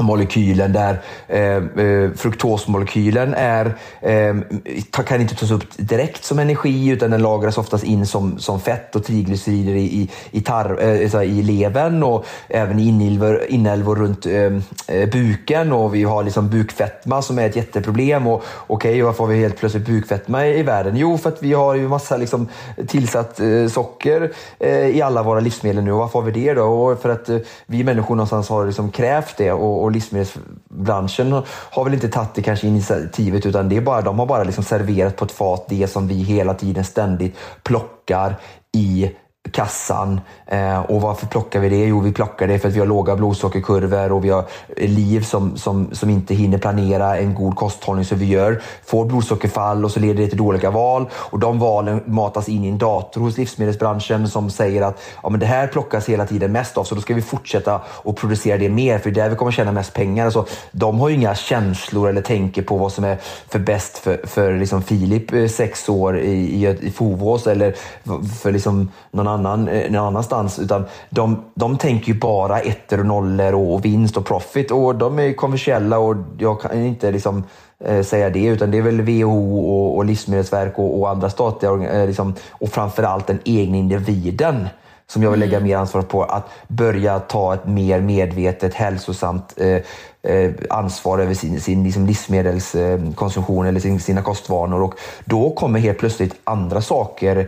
molekylen där eh, eh, fruktosmolekylen är, eh, kan inte tas upp direkt som energi, utan den lagras oftast in som, som fett och triglycerider i, i, i, tar, eh, i levern och även i inälvor, inälvor runt eh, buken, och vi har liksom bukfetma som är ett jätteproblem. Och okej, okay, varför har vi helt plötsligt bukfetma i, i världen? Jo, för att vi har ju massa liksom, tillsatt eh, socker eh, i alla våra livsmedel nu. Och varför har vi det då? Och för att eh, vi människor någonstans har liksom krävt det, och, och livsmedelsbranschen har väl inte tagit det kanske initiativet, utan det är bara, de har bara liksom serverat på ett fat det som vi hela tiden ständigt plockar i kassan. Eh, och varför plockar vi det? Jo, vi plockar det för att vi har låga blodsockerkurvor och vi har liv som, som, som inte hinner planera en god kosthållning, så vi gör, får blodsockerfall och så leder det till dåliga val, och de valen matas in i en dator hos livsmedelsbranschen som säger att ja, men det här plockas hela tiden mest av, så då ska vi fortsätta och producera det mer, för det är där vi kommer tjäna mest pengar. Alltså, de har ju inga känslor eller tänker på vad som är för bäst för, för liksom Filip, sex år i, i, i Fovås, eller för liksom någon annan, någon annanstans, utan de, de tänker ju bara ettor och nollor och vinst och profit, och de är kommersiella, och jag kan inte liksom eh, säga det, utan det är väl W H O och, och Livsmedelsverk och, och andra statliga eh, liksom, och framförallt den egna individen som jag vill lägga mer ansvar på, att börja ta ett mer medvetet, hälsosamt eh, eh, ansvar över sin, sin liksom livsmedelskonsumtion eller sin, sina kostvanor. Och då kommer helt plötsligt andra saker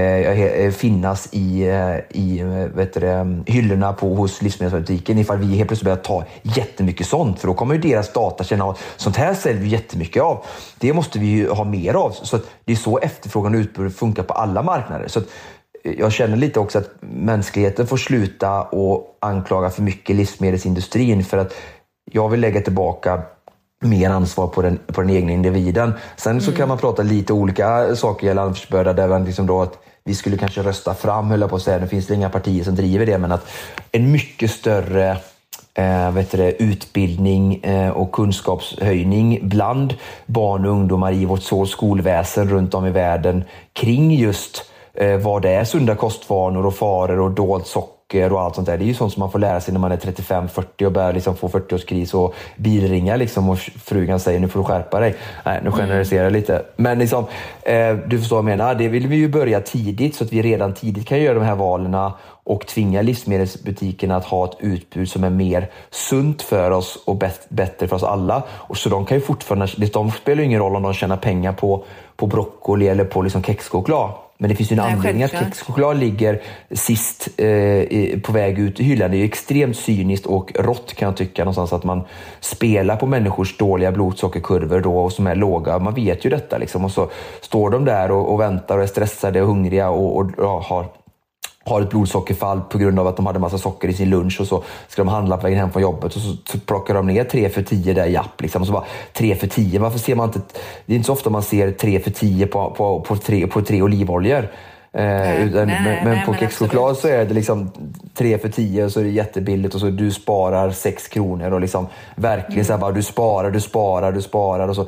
eh, finnas i, i vet du, hyllorna på, hos livsmedelsbutiken, ifall vi helt plötsligt börjar ta jättemycket sånt. För då kommer ju deras data känna av, sånt här säljer vi jättemycket av. Det måste vi ju ha mer av. Så att det är så efterfrågan och utbud funkar på alla marknader. Så att jag känner lite också att mänskligheten får sluta och anklaga för mycket livsmedelsindustrin, för att jag vill lägga tillbaka mer ansvar på den, på den egna individen. Sen mm. så kan man prata lite olika saker gällande försbörda, där man liksom då att vi skulle kanske rösta fram, höll jag på att säga, det finns det inga partier som driver det, men att en mycket större eh, vet du, utbildning eh, och kunskapshöjning bland barn och ungdomar i vårt skolväsen runt om i världen kring just vad det är sunda kostvanor och faror och dolt socker och allt sånt där. Det är ju sånt som man får lära sig när man är trettiofem fyrtio och börjar liksom få fyrtioårskris och bilringar liksom, och frugan säger nu får du skärpa dig. Nej, nu generaliserar jag lite. Men liksom, eh, du förstår vad jag menar. Det vill vi ju börja tidigt, så att vi redan tidigt kan göra de här valen och tvinga livsmedelsbutikerna att ha ett utbud som är mer sunt för oss och bet- bättre för oss alla. Och så de kan ju fortfarande, de spelar ju ingen roll om de tjänar pengar på, på broccoli eller på liksom kexchoklad. Men det finns ju en Nej, anledning självklart. Att kexchoklad ligger sist eh, på väg ut i hyllan. Det är ju extremt cyniskt och rått, kan jag tycka, någonstans, att man spelar på människors dåliga blodsockerkurvor då, och som är låga. Man vet ju detta liksom. Och så står de där och, och väntar och är stressade och hungriga och, och ja, har har ett blodsockerfall på grund av att de hade massa socker i sin lunch, och så ska de handla på vägen hem från jobbet, och så, så plockar de ner tre för tio där i app liksom, och så bara tre för tio. Varför ser man inte, det är inte så ofta man ser tre för tio på, på, på, tre, på tre olivoljor. Eh, utan, nej, men, men nej, på kexchoklad så är det liksom tre för tio, och så är det jättebilligt, och så du sparar sex kronor och liksom verkligen mm. så här bara, du sparar, du sparar, du sparar, och så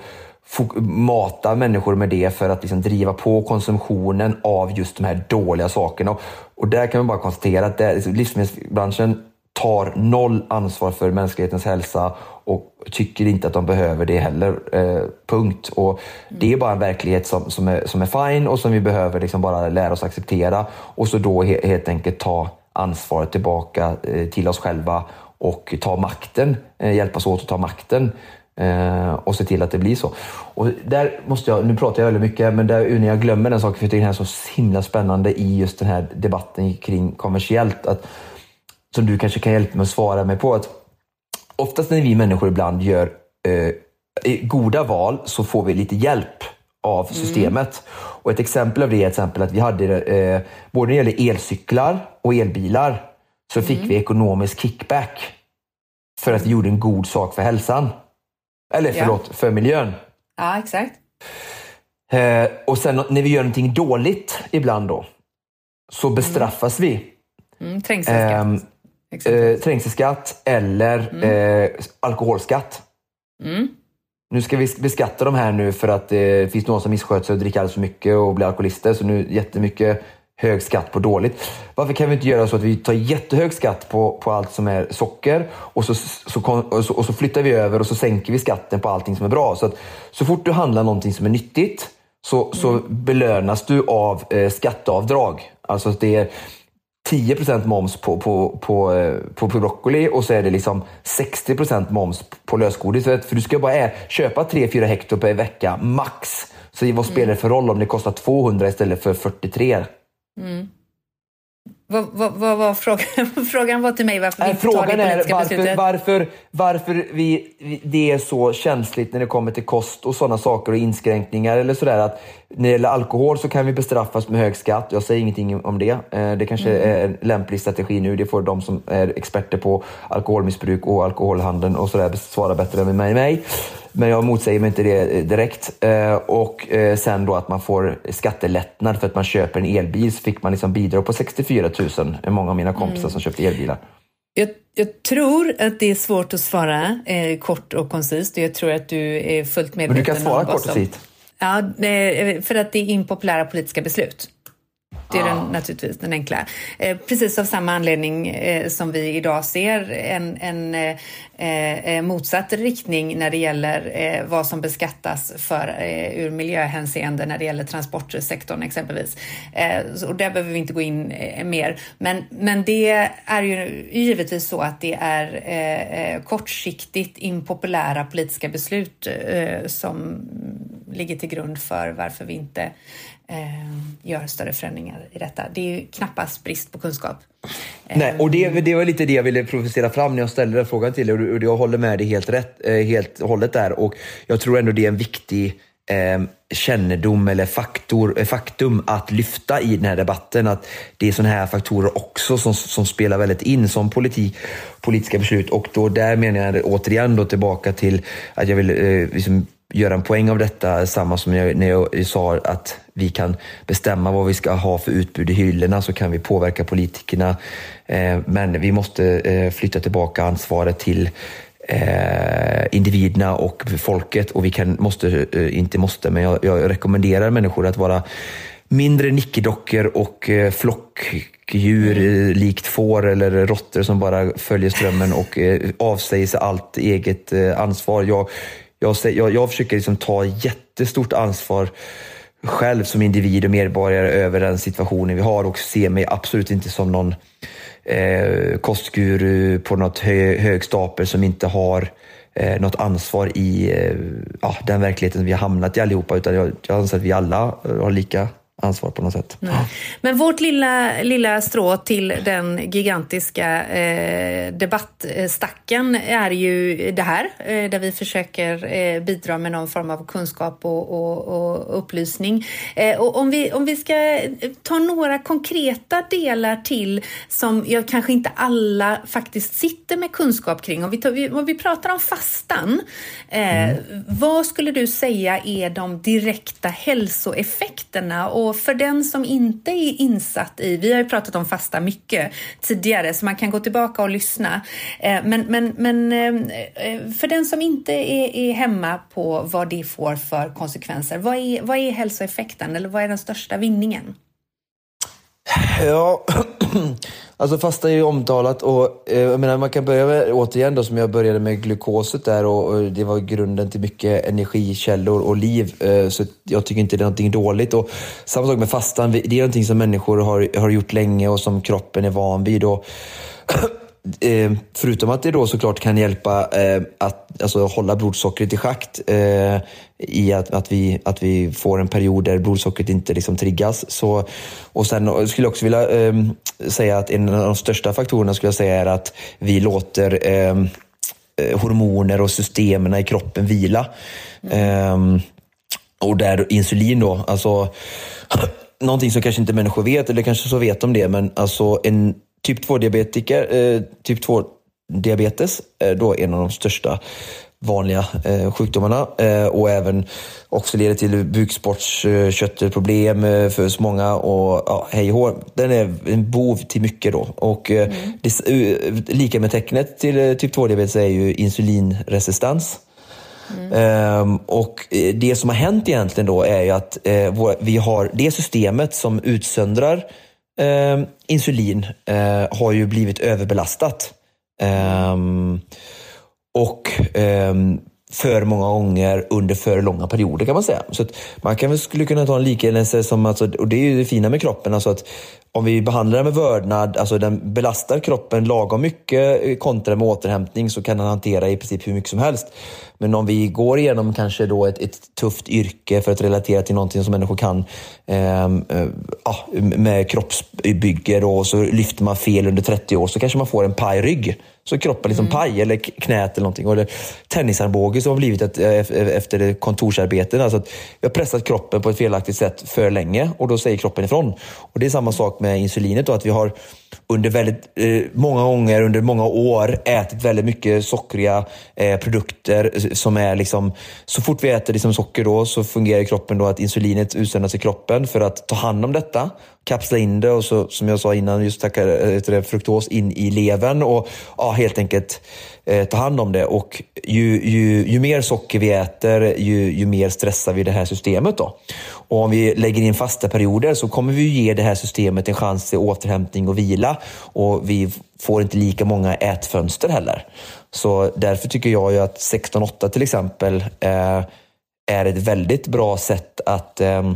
mata människor med det för att liksom driva på konsumtionen av just de här dåliga sakerna. Och där kan man bara konstatera att det, livsmedelsbranschen tar noll ansvar för mänsklighetens hälsa och tycker inte att de behöver det heller. Eh, punkt. Och det är bara en verklighet som, som, är, som är fine och som vi behöver liksom bara lära oss acceptera. Och så då he, helt enkelt ta ansvaret tillbaka eh, till oss själva och ta makten, eh, hjälpas åt att ta makten. Uh, och se till att det blir så. Och där måste jag, nu pratar jag väldigt mycket, men där när jag glömmer den saken, för det är så himla spännande i just den här debatten kring kommersiellt, att, som du kanske kan hjälpa mig att svara mig på, att oftast när vi människor ibland gör uh, goda val, så får vi lite hjälp av systemet. Mm. Och ett exempel av det är exempel att vi hade uh, både när det gäller elcyklar och elbilar, så fick mm. vi ekonomisk kickback för att vi gjorde en god sak för hälsan. Eller förlåt, ja. för miljön. Ja, exakt. Eh, och sen när vi gör någonting dåligt ibland då, så bestraffas mm. vi. Mm, trängselskatt. Eh, eh, trängselskatt eller mm. eh, alkoholskatt. Mm. Nu ska vi beskatta de här nu för att det eh, finns någon som missköter sig och dricker alldeles för mycket och blir alkoholister. Så nu jättemycket hög skatt på dåligt. Varför kan vi inte göra så att vi tar jättehög skatt på, på allt som är socker och så, så, och, så, och så flyttar vi över och så sänker vi skatten på allting som är bra. Så att så fort du handlar någonting som är nyttigt så, mm. så belönas du av eh, skatteavdrag. Alltså att det är tio procent moms på, på, på, eh, på, på broccoli och så är det liksom sextio procent moms på lösgodis. För du ska bara äh, köpa tre fyra hektar per vecka max. Så vad spelar det för roll om det kostar tvåhundra istället för fyrtiotre? Mm. Vad, vad, vad var frågan? Frågan var till mig varför vi inte tar det politiska varför, beslutet. Varför, varför vi, det är så känsligt när det kommer till kost och sådana saker och inskränkningar eller sådär. Att när det gäller alkohol så kan vi bestraffas med hög skatt. Jag säger ingenting om det. Det kanske mm. är en lämplig strategi nu. Det får de som är experter på alkoholmissbruk och alkoholhandeln och sådär svara bättre än mig. mig. Men jag motsäger mig inte det direkt. Och sen då att man får skattelättnad för att man köper en elbil, så fick man liksom bidrag på sextiofyra tusen. Många av mina kompisar mm. som köpte elbilar. Jag, jag tror att det är svårt att svara eh, kort och koncist. Jag tror att du är fullt medveten. Men du kan svara om kort och koncist. Ja, för att det är impopulära politiska beslut. Det är den, naturligtvis den enkla. Eh, precis av samma anledning eh, som vi idag ser en, en eh, motsatt riktning när det gäller eh, vad som beskattas för, eh, ur miljöhänseende när det gäller transportsektorn exempelvis. Eh, så, och där behöver vi inte gå in eh, mer. Men, men det är ju givetvis så att det är eh, kortsiktigt impopulära politiska beslut eh, som ligger till grund för varför vi inte Eh, gör större förändringar i detta. Det är ju knappast brist på kunskap. Nej, och det, det var lite det jag ville provocera fram när jag ställde den frågan till dig, och jag håller med dig helt rätt, helt hållet där, och jag tror ändå det är en viktig eh, kännedom eller faktor, faktum att lyfta i den här debatten, att det är såna här faktorer också som, som spelar väldigt in som politik, politiska beslut, och då där menar jag återigen då tillbaka till att jag vill eh, liksom göra en poäng av detta, samma som jag, när jag sa att vi kan bestämma vad vi ska ha för utbud i hyllorna, så kan vi påverka politikerna, eh, men vi måste eh, flytta tillbaka ansvaret till eh, individerna och folket, och vi kan, måste, eh, inte måste, men jag, jag rekommenderar människor att vara mindre nickedockor och eh, flockdjur eh, likt får eller råttor som bara följer strömmen och eh, avsäger sig allt eget eh, ansvar. Jag Jag, jag, jag försöker liksom ta jättestort ansvar själv som individ och medborgare över den situationen vi har, och ser mig absolut inte som någon eh, kostguru på något hö, hög stapel som inte har eh, något ansvar i eh, ja, den verkligheten vi har hamnat i allihopa, utan jag, jag anser att vi alla har lika ansvar på något sätt. Nej. Men vårt lilla, lilla strå till den gigantiska eh, debattstacken är ju det här, eh, där vi försöker eh, bidra med någon form av kunskap och, och, och upplysning. Eh, och om vi, om vi ska ta några konkreta delar till som jag kanske inte alla faktiskt sitter med kunskap kring. Om vi, tar, om vi pratar om fastan, eh, mm. vad skulle du säga är de direkta hälsoeffekterna? Och för den som inte är insatt i, vi har ju pratat om fasta mycket tidigare, så man kan gå tillbaka och lyssna. Men, men, men för den som inte är, är hemma på vad det får för konsekvenser, vad är, vad är hälsoeffekten, eller vad är den största vinningen? Ja, alltså fasta är ju omtalat, och eh, jag menar, man kan börja med, återigen då, som jag började med glukoset där, och, och det var grunden till mycket energikällor och liv, eh, så jag tycker inte det är någonting dåligt. Och samma sak med fastan, det är någonting som människor har, har gjort länge och som kroppen är van vid, och Eh, förutom att det då såklart kan hjälpa eh, att alltså, hålla blodsockret i schakt, eh, i att, att, vi, att vi får en period där blodsockret inte liksom triggas. Så, och sen skulle jag också vilja eh, säga att en av de största faktorerna skulle jag säga är att vi låter eh, hormoner och systemen i kroppen vila. Mm. Eh, och där insulin då, alltså någonting som kanske inte människor vet, eller kanske så vet de det, men alltså en typ två-diabetiker, eh, typ två-diabetes är då en av de största vanliga eh, sjukdomarna, eh, och även också leder till bukspottkörtelproblem eh, för så många, och ja, hej och hår. Den är en bov till mycket då, och eh, mm. det, uh, lika med tecknet till eh, typ två-diabetes är ju insulinresistens. Mm. Um, och det som har hänt egentligen då är ju att eh, vår, vi har det systemet som utsöndrar eh, insulin eh, har ju blivit överbelastat. Eh, och eh, för många gånger under för långa perioder kan man säga. Så att man kan väl skulle kunna ta en liknelse som, alltså, och det är ju det fina med kroppen, alltså att om vi behandlar den med vördnad, alltså den belastar kroppen lagom mycket kontra med återhämtning, så kan den hantera i princip hur mycket som helst. Men om vi går igenom kanske då ett, ett tufft yrke för att relatera till någonting som människor kan eh, eh, med kroppsbygge då, och så lyfter man fel under trettio år, så kanske man får en pajrygg. Så kroppen liksom mm. paj eller knät eller någonting. Eller tennisarmbåge som har blivit ett, efter kontorsarbeten. Alltså att vi har pressat kroppen på ett felaktigt sätt för länge, och då säger kroppen ifrån. Och det är samma sak med insulinet då, att vi har under väldigt eh, många gånger under många år ätit väldigt mycket sockriga eh, produkter som är liksom, så fort vi äter liksom socker då, så fungerar kroppen då att insulinet utsöndras i kroppen för att ta hand om detta, kapsla in det, och så, som jag sa innan, just tackar det, fruktos in i levern och ja, helt enkelt eh, ta hand om det. Och ju, ju, ju mer socker vi äter, ju, ju mer stressar vi det här systemet då. Och om vi lägger in fasta perioder, så kommer vi ge det här systemet en chans till återhämtning och vila, och vi får inte lika många ätfönster heller. Så därför tycker jag ju att sexton åtta till exempel eh, är ett väldigt bra sätt att eh,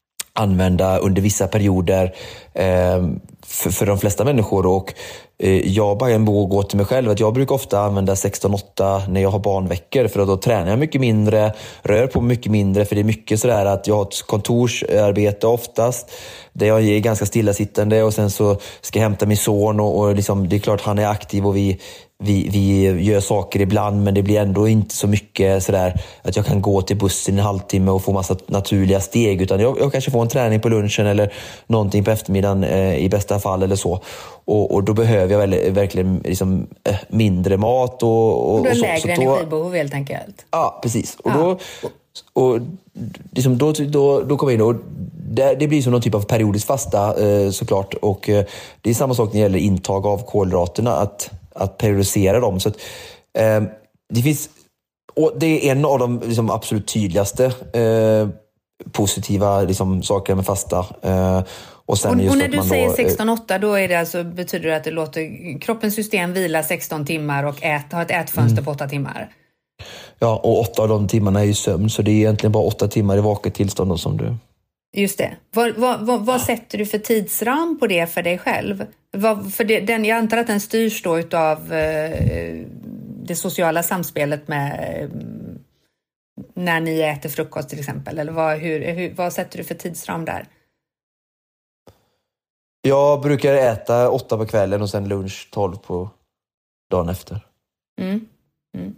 använda under vissa perioder eh, för, för de flesta människor. Och eh, jag bara en bok gå till mig själv att jag brukar ofta använda sexton åtta när jag har barnveckor, för att då tränar jag mycket mindre, rör på mycket mindre, för det är mycket sådär att jag har ett kontorsarbete oftast där jag är ganska stillasittande, och sen så ska jag hämta min son, och, och liksom, det är klart han är aktiv och vi Vi, vi gör saker ibland, men det blir ändå inte så mycket sådär att jag kan gå till bussen en halvtimme och få massa naturliga steg, utan jag, jag kanske får en träning på lunchen eller någonting på eftermiddagen eh, i bästa fall eller så. Och, och då behöver jag väl, verkligen liksom, eh, mindre mat och, och, och då och så. lägre så då, energibehov helt enkelt. Ja, precis. Och ja. då och liksom då, då, då kommer jag in och det, det blir som någon typ av periodiskt fasta eh, såklart, och eh, det är samma sak när det gäller intag av kolhydraterna, att att periodisera dem. Så att, eh, det finns, och det är en av de liksom, absolut tydligaste eh, positiva liksom, sakerna med fasta. Eh, och sen och, just och när att du man säger då, sexton åtta, då är det alltså, betyder det att det låter kroppens system vila sexton timmar och ät, ha ett ätfönster mm. på åtta timmar? Ja, och åtta av de timmarna är ju sömn, så det är egentligen bara åtta timmar i vaket tillstånd som du... Just det. Vad, vad, vad, vad sätter du för tidsram på det för dig själv? Vad, för det, den, jag antar att den styrs då utav eh, det sociala samspelet med eh, när ni äter frukost till exempel. Eller vad, hur, hur, vad sätter du för tidsram där? Jag brukar äta åtta på kvällen och sen lunch tolv på dagen efter. Mm. Mm.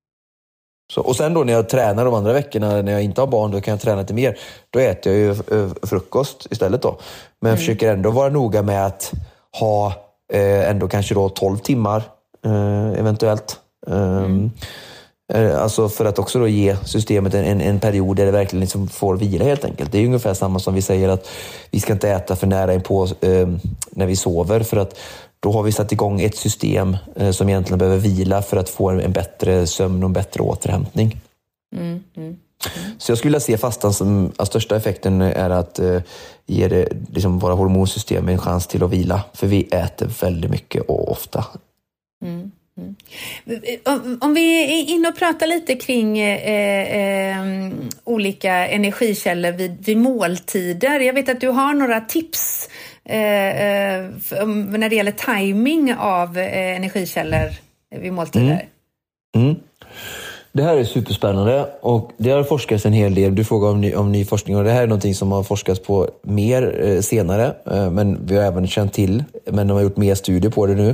Så, och sen då när jag tränar de andra veckorna, när jag inte har barn, då kan jag träna lite mer. Då äter jag ju frukost istället då. Men jag mm. försöker ändå vara noga med att ha eh, ändå kanske då tolv timmar eh, eventuellt. Um, mm. Alltså för att också då ge systemet en, en, en period där det verkligen liksom får vila helt enkelt. Det är ungefär samma som vi säger att vi ska inte äta för nära inpå eh, när vi sover, för att då har vi satt igång ett system eh, som egentligen behöver vila för att få en, en bättre sömn och en bättre återhämtning. Mm, mm, mm. Så jag skulle vilja se fastan som att största effekten är att eh, ge det, liksom våra hormonsystem en chans till att vila. För vi äter väldigt mycket och ofta. Mm. Mm. Om, om vi är inne och pratar lite kring eh, eh, olika energikällor vid, vid måltider. Jag vet att du har några tips eh, eh, när det gäller timing av eh, energikällor vid måltider. Mm. Mm. Det här är superspännande och det har forskats en hel del. Du frågar om ny, om ny forskning och det här är någonting som har forskats på mer eh, senare. Eh, men vi har även känt till, men de har gjort mer studier på det nu.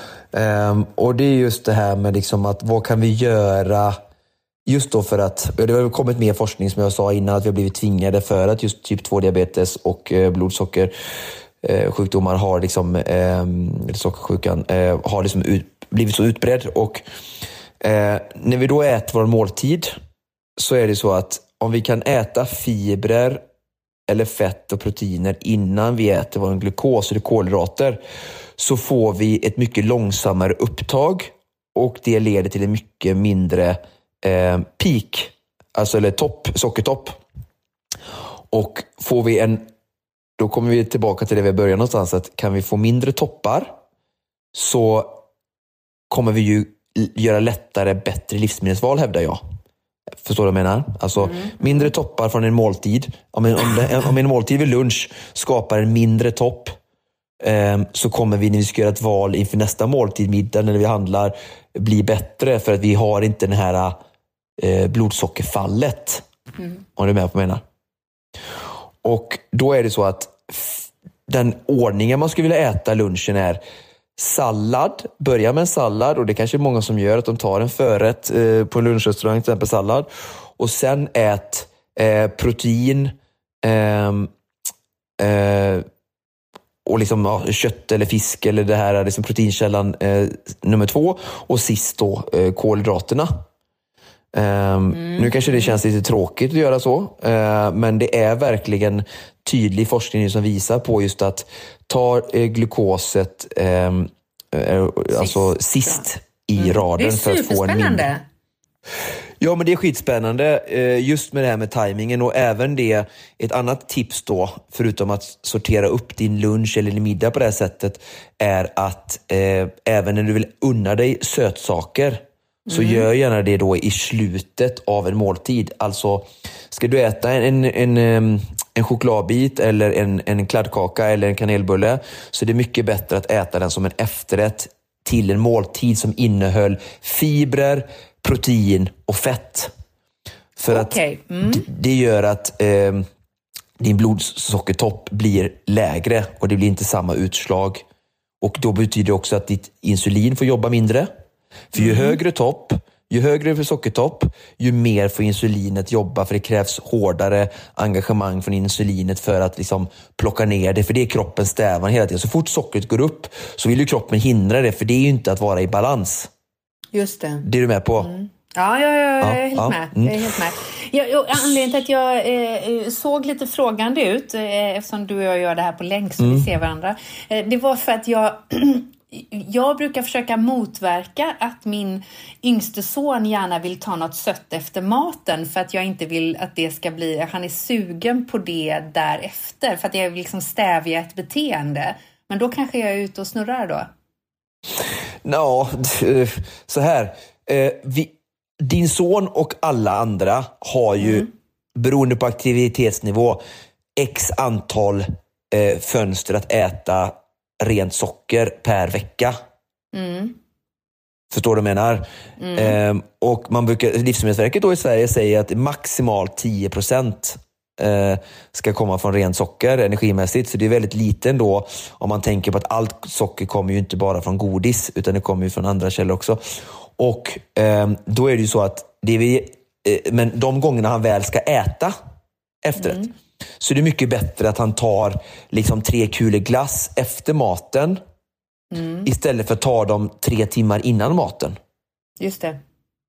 Um, och det är just det här med liksom att vad kan vi göra just då för att, det har kommit mer forskning som jag sa innan, att vi har blivit tvingade för att just typ två diabetes och eh, blodsocker eh, sjukdomar har liksom eh, sockersjukan eh, har liksom ut, blivit så utbredd och eh, när vi då äter vår måltid så är det så att om vi kan äta fibrer eller fett och proteiner innan vi äter vår glukos eller kolhydrater, så får vi ett mycket långsammare upptag och det leder till en mycket mindre eh, peak, alltså eller topp, sockertopp. Och får vi en, då kommer vi tillbaka till det vi började någonstans, att kan vi få mindre toppar så kommer vi ju göra lättare, bättre livsmedelsval, hävdar jag. Förstår du vad jag menar? Alltså mm. mindre toppar från en måltid. Om en, om, det, om en måltid vid lunch skapar en mindre topp, eh, så kommer vi när vi ska göra ett val inför nästa måltid, middag, när vi handlar, bli bättre, för att vi har inte den här eh, blodsockerfallet. Mm. Om du är med på vad jag menar. Och då är det så att f- den ordningen man skulle vilja äta lunchen är sallad, börja med en sallad, och det kanske är många som gör att de tar en förrätt eh, på en lunchrestaurang, till exempel sallad, och sen ät eh, protein eh, eh, och liksom ja, kött eller fisk eller det här är liksom proteinkällan eh, nummer två, och sist då eh, kolhydraterna. Um, mm. Nu kanske det känns lite tråkigt att göra så, uh, men det är verkligen tydlig forskning som visar på just att ta uh, glukoset um, uh, sist. alltså sist i mm. raden för att få en mindre. Ja, men det är skitspännande uh, just med det här med tajmingen, och även det, ett annat tips då, förutom att sortera upp din lunch eller din middag på det här sättet, är att uh, även när du vill unna dig sötsaker, så mm. gör gärna det då i slutet av en måltid. Alltså, ska du äta en, en, en, en chokladbit eller en, en kladdkaka eller en kanelbulle, så det är mycket bättre att äta den som en efterrätt till en måltid som innehöll fibrer, protein och fett. För okay. att mm. d- det gör att eh, din blodsockertopp blir lägre och det blir inte samma utslag. Och då betyder det också att ditt insulin får jobba mindre. För ju mm. högre topp, ju högre sockertopp, ju mer får insulinet jobba, för det krävs hårdare engagemang från insulinet för att liksom plocka ner det, för det är kroppens strävan hela tiden. Så fort sockret går upp så vill ju kroppen hindra det, för det är ju inte att vara i balans. Just det. Det är du med på? Mm. Ja, ja, ja, jag är helt ja, med. Mm. Jag är helt med. Jag, jag, anledningen till att jag eh, såg lite frågande ut, eh, eftersom du och jag gör det här på länk så mm. vi ser varandra, eh, det var för att jag... Jag brukar försöka motverka att min yngste son gärna vill ta något sött efter maten, för att jag inte vill att det ska bli, han är sugen på det därefter, för att jag vill liksom stävja ett beteende. Men då kanske jag är ute och snurrar då. Ja, så här. Vi, din son och alla andra har ju, mm. beroende på aktivitetsnivå, x antal eh, fönster att äta rent socker per vecka. Mm. Förstår du vad jag menar? Mm. Ehm, och man brukar, Livsmedelsverket då i Sverige säger att maximalt tio procent eh, ska komma från rent socker energimässigt. Så det är väldigt liten då, om man tänker på att allt socker kommer ju inte bara från godis, utan det kommer ju från andra källor också. Och eh, då är det ju så att det är vi, eh, men de gångerna han väl ska äta efterrätt, mm. så det är mycket bättre att han tar liksom tre kulor glass efter maten mm. istället för att ta dem tre timmar innan maten. Just det.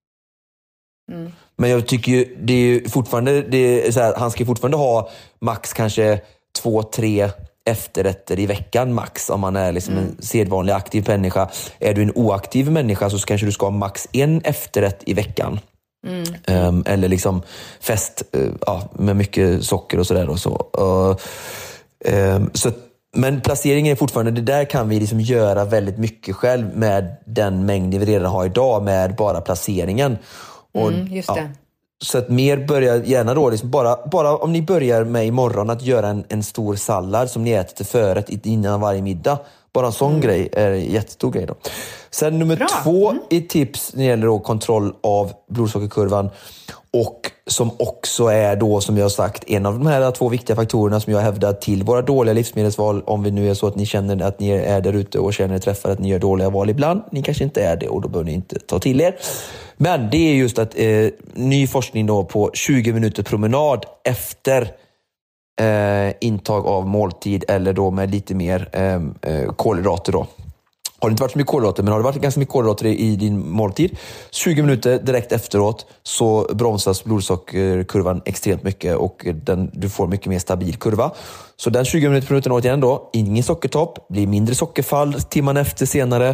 Mm. Men jag tycker ju, det är ju fortfarande, det är så här, han ska fortfarande ha max kanske två, tre efterrätter i veckan max, om man är liksom mm. en sedvanlig aktiv människa. Är du en oaktiv människa så kanske du ska ha max en efterrätt i veckan. Mm. Um, eller liksom fest uh, ja, med mycket socker och sådär och så. Uh, um, så men placeringen är fortfarande, det där kan vi liksom göra väldigt mycket själv med den mängd vi redan har idag, med bara placeringen. Och, mm, just det. Ja, så att mer börjar gärna då liksom bara, bara om ni börjar med imorgon att göra en, en stor sallad som ni äter till förrätt innan varje middag. Bara en sån mm. grej är en jättestor grej då. Sen nummer Bra. två mm. i tips när det gäller då kontroll av blodsockerkurvan, och som också är då, som jag har sagt, en av de här två viktiga faktorerna som jag hävdar till våra dåliga livsmedelsval, om vi nu är så att ni känner att ni är där ute och känner att träffar att ni gör dåliga val ibland. Ni kanske inte är det, och då behöver ni inte ta till er. Men det är just att eh, ny forskning då på tjugo minuter promenad efter eh, intag av måltid, eller då med lite mer eh, kolhydrater då. Har det inte varit så mycket kolhydrater, men har det varit ganska mycket kolhydrater i, i din måltid, tjugo minuter direkt efteråt så bromsas blodsockerkurvan extremt mycket, och den, du får mycket mer stabil kurva. Så den tjugo minuter per minuten åt igen då, ingen sockertopp, blir mindre sockerfall timman efter senare,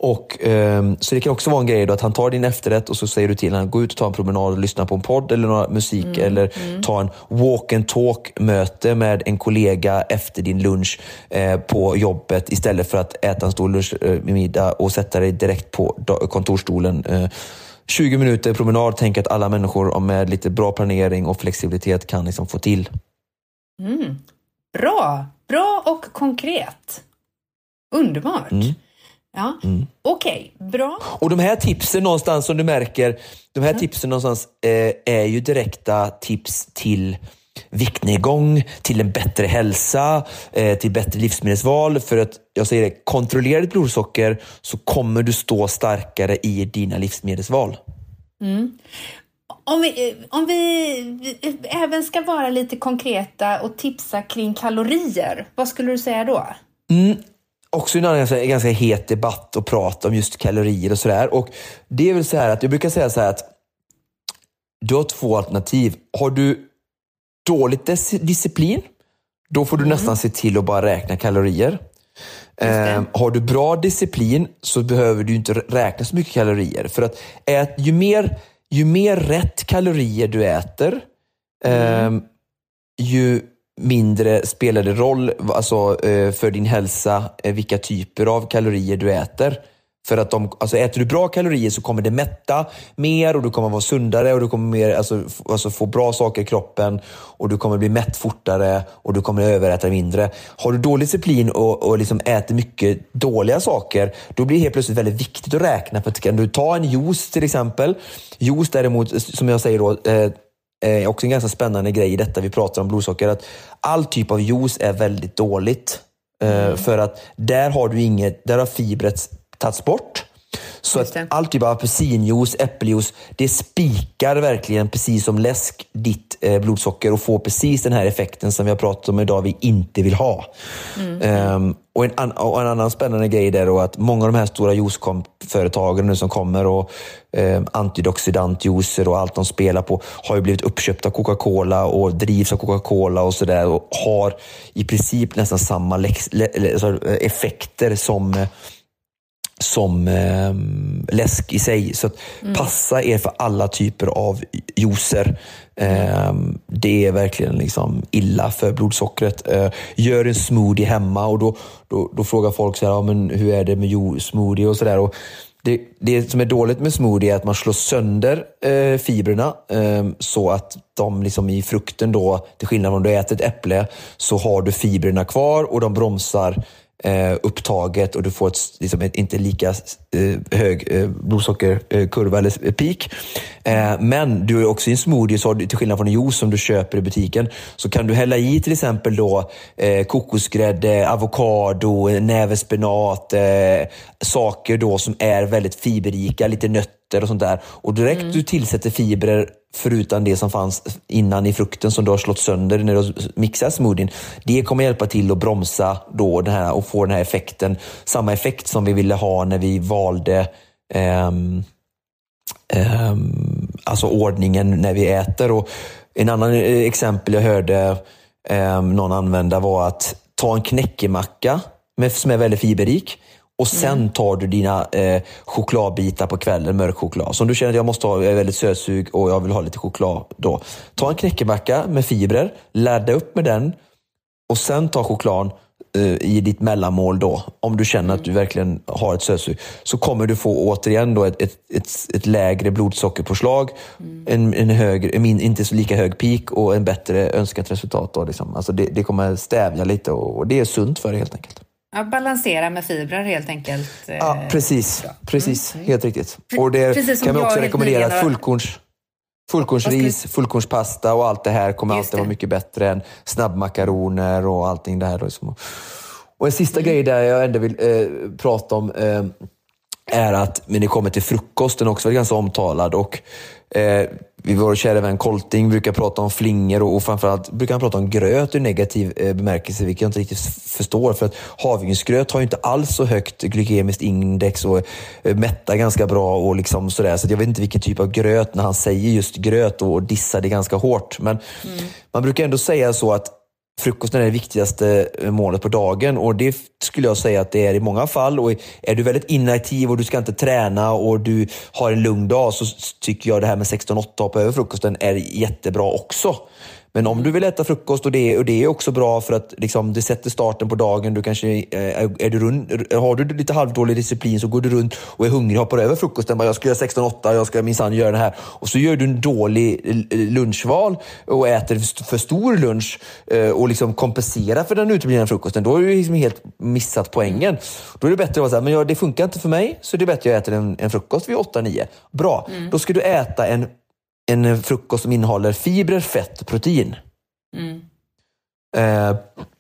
Och, eh, så det kan också vara en grej då att han tar din efterrätt och så säger du till han gå ut och ta en promenad och lyssna på en podd eller några musik mm, eller mm. ta en walk and talk möte med en kollega efter din lunch eh, på jobbet istället för att äta en stor lunch, eh, middag och sätta dig direkt på kontorstolen. Eh, tjugo minuter promenad, tänk att alla människor med lite bra planering och flexibilitet kan liksom få till. Mm. Bra, bra och konkret. Underbart. Mm. Ja, mm. okej, okay, bra. Och de här tipsen någonstans som du märker, de här mm. tipsen någonstans eh, är ju direkta tips till viktnedgång, till en bättre hälsa, eh, till bättre livsmedelsval. För att, jag säger det, kontrollera ditt blodsocker så kommer du stå starkare i dina livsmedelsval. Mm. Om vi, om vi även ska vara lite konkreta och tipsa kring kalorier, vad skulle du säga då? Mm. Också en annan en ganska het debatt och prata om just kalorier och sådär. Och det är väl så här att jag brukar säga så här att du har två alternativ. Har du dåligt disciplin, då får du mm. nästan se till att bara räkna kalorier. Eh, har du bra disciplin så behöver du inte räkna så mycket kalorier. För att ät, ju, mer, ju mer rätt kalorier du äter, mm. eh, ju mindre spelar det roll alltså, för din hälsa vilka typer av kalorier du äter. För att de, alltså äter du bra kalorier så kommer det mätta mer och du kommer vara sundare och du kommer mer, alltså, alltså få bra saker i kroppen och du kommer bli mätt fortare och du kommer överäta mindre. Har du dålig disciplin och, och liksom äter mycket dåliga saker, då blir det helt plötsligt väldigt viktigt att räkna. För att kan du ta en juice till exempel, juice däremot som jag säger då eh, är också en ganska spännande grej i detta vi pratar om blodsocker, att all typ av juice är väldigt dåligt. Mm. För att där har du inget, där har fibret tagits bort. Så att all typ av apelsinjuice, äppeljuice, det spikar verkligen precis som läsk ditt eh, blodsocker och får precis den här effekten som vi har pratat om idag vi inte vill ha. Mm. Um, och, en an- och en annan spännande grej där då att många av de här stora juiceföretagen nu som kommer och eh, antioxidantjuicer och allt de spelar på har ju blivit uppköpta av Coca-Cola och drivs av Coca-Cola och sådär och har i princip nästan samma lex- le- alltså, effekter som som eh, läsk i sig. Så att mm. passa er för alla typer av juicer. Eh, det är verkligen liksom illa för blodsockret. Eh, gör en smoothie hemma och då, då, då frågar folk så här, ja, men hur är det med ju- smoothie och sådär. Och det, det som är dåligt med smoothie är att man slår sönder eh, fibrerna eh, så att de liksom i frukten då, till skillnad om du äter ett äpple, så har du fibrerna kvar och de bromsar Eh, upptaget och du får ett, liksom ett, inte lika eh, hög eh, blodsockerkurva eh, eller peak. Eh, men du är också i en smoothie, så du, till skillnad från en juice som du köper i butiken, så kan du hälla i till exempel då eh, kokosgrädde, avokado, näve spenat, eh, saker då som är väldigt fiberrika, lite nötter och sånt där. Och direkt mm. du tillsätter fibrer förutom det som fanns innan i frukten som du har slått sönder när du mixar smoothien. Det kommer hjälpa till att bromsa då den här och få den här effekten. Samma effekt som vi ville ha när vi valde um, um, alltså ordningen när vi äter. Och en annan exempel jag hörde um, någon använda var att ta en knäckemacka med, som är väldigt fiberrik. Och sen mm. tar du dina eh, chokladbitar på kvällen, mörk choklad. Så om du känner att jag måste ha, jag är väldigt sötsug och jag vill ha lite choklad då. Ta en knäckemacka med fibrer, ladda upp med den och sen ta choklad eh, i ditt mellanmål då. Om du känner mm. att du verkligen har ett sötsug. Så kommer du få återigen då ett, ett, ett, ett lägre blodsockerpåslag, mm. en, en högre, en inte så lika hög peak och en bättre önskat resultat då liksom. Alltså det, det kommer stävja lite och, och det är sunt för det helt enkelt. Ja, balansera med fibrer helt enkelt. Ja, precis. Precis, mm. helt riktigt. Och det kan man också rekommendera att fullkorns, fullkornsris, fullkornspasta och allt det här kommer alltid vara mycket bättre än snabbmakaroner och allting det här. Och en sista mm. grej där jag ändå vill eh, prata om eh, är att när det kommer till frukosten också är ganska omtalad och eh, vi vår kära vän Kolting brukar prata om flingor och, och framförallt brukar han prata om gröt i negativ eh, bemärkelse, vilket jag inte riktigt förstår, för att havregrynsgröt har ju inte alls så högt glykemiskt index och eh, mättar ganska bra och liksom sådär, så att jag vet inte vilken typ av gröt när han säger just gröt och, och dissar det ganska hårt, men mm. man brukar ändå säga så att frukosten är det viktigaste målet på dagen, och det skulle jag säga att det är i många fall. Och är du väldigt inaktiv och du ska inte träna och du har en lugn dag, så tycker jag det här med sexton åtta på över frukosten är jättebra också. Men om du vill äta frukost, och det, och det är också bra för att liksom, det sätter starten på dagen. Du kanske, är, är du runt, har du lite halvdålig disciplin, så går du runt och är hungrig, hoppar över frukosten. Bara, jag ska göra sexton åtta, jag ska minsann göra det här. Och så gör du en dålig lunchval och äter för stor lunch och liksom kompenserar för den uteblivna frukosten. Då är du liksom helt missat poängen. Då är det bättre att vara så här, men ja, det funkar inte för mig, så det är bättre att jag äter en, en frukost vid åtta nio. Bra, mm. Då ska du äta en En frukost som innehåller fibrer, fett och protein. Mm. Eh,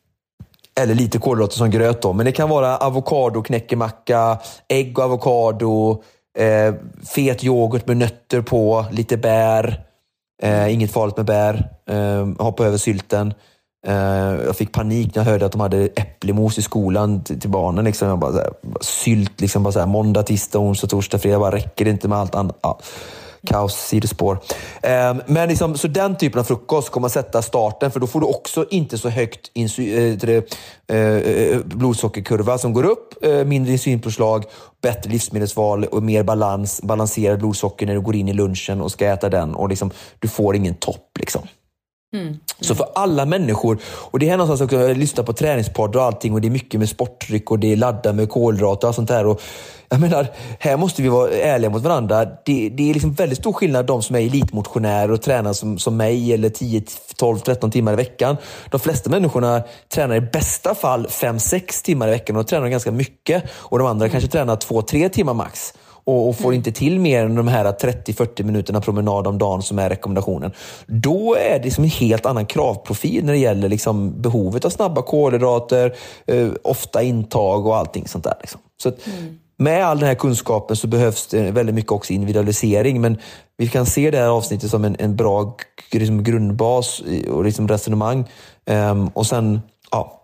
eller lite kolhydrater som gröt då. Men det kan vara avokado, knäckemacka, ägg och avokado, eh, fet yoghurt med nötter på, lite bär. Eh, inget farligt med bär. Eh, hoppa över sylten. Eh, jag fick panik när jag hörde att de hade äpplemos i skolan till, till barnen. Liksom. Jag bara, så här, sylt, liksom, bara så här, måndag, tisdag, onsdag, torsdag, fredag. Bara räcker det inte med allt annat. Ja. Kaos, sidospår. Eh, men liksom, så den typen av frukost kommer att sätta starten, för då får du också inte så högt insu- äh, äh, blodsockerkurva som går upp, äh, mindre insulinpåslag, bättre livsmedelsval och mer balans, balanserad blodsocker när du går in i lunchen och ska äta den, och liksom, du får ingen topp liksom. Mm. Mm. Så för alla människor, och det är någonstans också, jag lyssnar på träningspoddar och allting, och det är mycket med sporttryck och det är ladda med kolhydrater och sånt där, och jag menar, här måste vi vara ärliga mot varandra. Det, det är liksom väldigt stor skillnad de som är elitmotionärer och tränar som, som mig, eller tio, tolv, tretton timmar i veckan. De flesta människorna tränar i bästa fall fem sex timmar i veckan, och tränar ganska mycket, och de andra mm. kanske tränar två tre timmar max. Och, och får mm. inte till mer än de här trettio fyrtio minuterna promenad om dagen som är rekommendationen. Då är det som en helt annan kravprofil när det gäller liksom behovet av snabba kolhydrater, eh, ofta intag och allting sånt där. Liksom. Så att, mm. med all den här kunskapen så behövs det väldigt mycket också individualisering, men vi kan se det här avsnittet som en, en bra liksom, grundbas och liksom resonemang. Um, och sen, ja.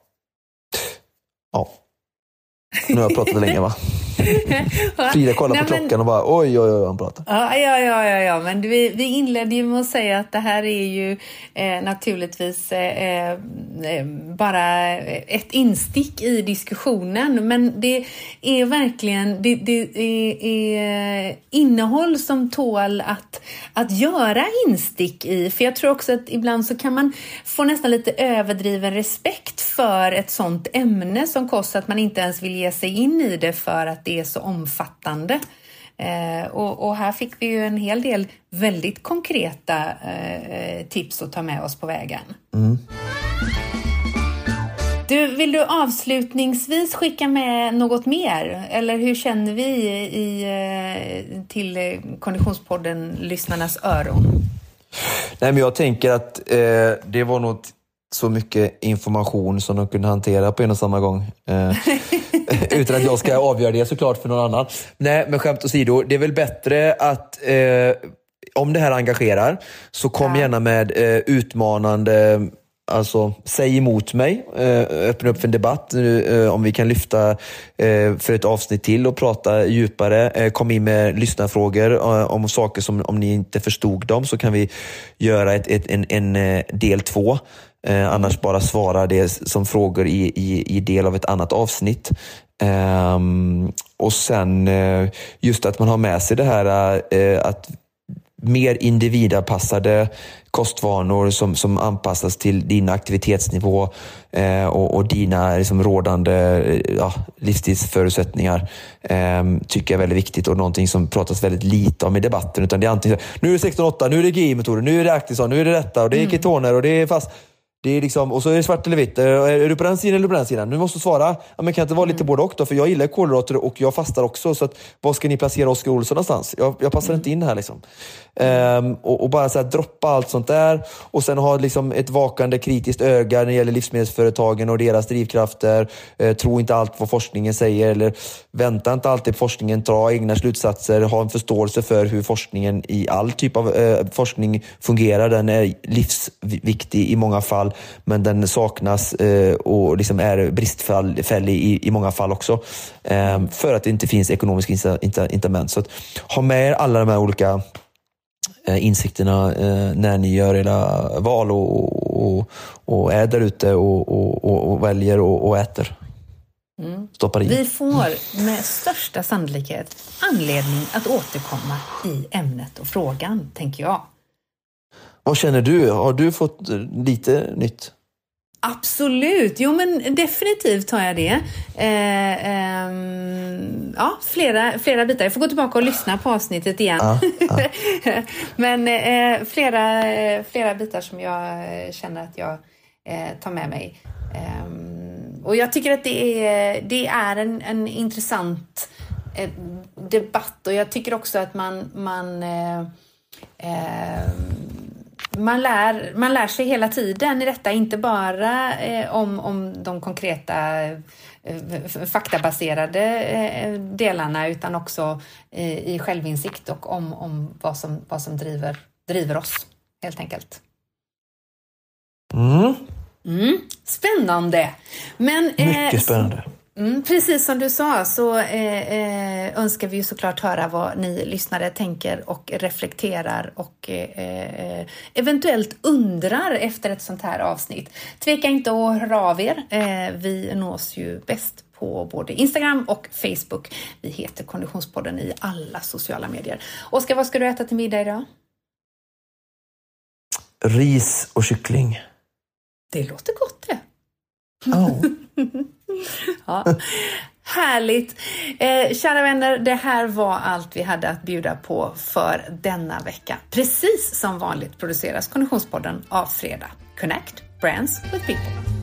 Ja. Nu har jag pratat länge, va? Frida kollar Nej, på klockan men... och bara oj, oj, oj, han pratar. Ja, ja, ja, ja, ja. Men vi, vi inledde ju med att säga att det här är ju eh, naturligtvis eh, eh, bara ett instick i diskussionen. Men det är verkligen det, det är, är innehåll som tål att, att göra instick i. För jag tror också att ibland så kan man få nästan lite överdriven respekt för ett sånt ämne som kost, att man inte ens vill ge sig in i det för att det är så omfattande. Eh, och, och här fick vi ju en hel del väldigt konkreta eh, tips att ta med oss på vägen. Mm. Du, vill du avslutningsvis skicka med något mer? Eller hur känner vi i, i, till Konditionspodden lyssnarnas öron? Nej, men jag tänker att eh, det var något så mycket information som de kunde hantera på en och samma gång. Eh, utan att jag ska avgöra det såklart för någon annan. Nej, men skämt åsido, det är väl bättre att eh, om det här engagerar, så kom ja. gärna med eh, utmanande, alltså säg emot mig, eh, öppna upp för en debatt eh, om vi kan lyfta eh, för ett avsnitt till och prata djupare. Eh, kom in med lyssnarfrågor eh, om saker som, om ni inte förstod dem, så kan vi göra ett, ett, en, en eh, del två. Eh, annars bara svara det som frågor i, i, i del av ett annat avsnitt. Eh, och sen eh, just att man har med sig det här eh, att mer individanpassade kostvanor som, som anpassas till din aktivitetsnivå eh, och, och dina liksom, rådande ja, livsstilsförutsättningar eh, tycker jag är väldigt viktigt, och någonting som pratas väldigt lite om i debatten, utan det är antingen nu är det sexton åtta, nu är det G I-metoder, nu är det Actison, nu är det detta och det är mm. ketoner och det är fast. Det är liksom, och så är det svart eller vitt. Är du på den sidan eller på den sidan? Nu måste du svara. Ja, men kan inte vara lite både och då? För jag gillar kolhydrater och jag fastar också. Så att, vad ska ni placera Oskar Olsson någonstans? Jag, jag passar mm. inte in här liksom. Um, och, och bara så här, droppa allt sånt där. Och sen ha liksom ett vakande kritiskt öga när det gäller livsmedelsföretagen och deras drivkrafter. Uh, tro inte allt vad forskningen säger. Eller vänta inte alltid på forskningen. Ta egna slutsatser. Ha en förståelse för hur forskningen i all typ av uh, forskning fungerar. Den är livsviktig i många fall. Men den saknas eh, och liksom är bristfällig i, i många fall också. Eh, för att det inte finns ekonomisk incitament. Så att ha med er alla de här olika eh, insikterna eh, när ni gör era val och, och, och, och är där ute och, och, och, och väljer och, och äter. Mm. Stoppar i. Vi får med största sannolikhet anledning att återkomma i ämnet och frågan, tänker jag. Vad känner du? Har du fått lite nytt? Absolut, jo men definitivt har jag det. Eh, eh, ja, flera, flera bitar. Jag får gå tillbaka och lyssna på avsnittet igen. Ja, ja. Men eh, flera, flera bitar som jag känner att jag eh, tar med mig. Eh, och jag tycker att det är, det är en, en intressant eh, debatt, och jag tycker också att man... man eh, eh, Man lär, man lär sig hela tiden i detta, inte bara eh, om, om de konkreta eh, faktabaserade eh, delarna, utan också eh, i självinsikt och om, om vad som, vad som driver, driver oss, helt enkelt. Mm. Mm, spännande. Men, eh, Mycket spännande. Mm, precis som du sa så eh, eh, önskar vi ju såklart höra vad ni lyssnare tänker och reflekterar och eh, eventuellt undrar efter ett sånt här avsnitt. Tveka inte att höra av er. Eh, vi nås ju bäst på både Instagram och Facebook. Vi heter Konditionspodden i alla sociala medier. Oskar, vad ska du äta till middag idag? Ris och kyckling. Det låter gott det. Oh. Ja, härligt. Eh, kära vänner, det här var allt vi hade att bjuda på för denna vecka. Precis som vanligt produceras Konditionspodden av Fredag. Connect Brands with People.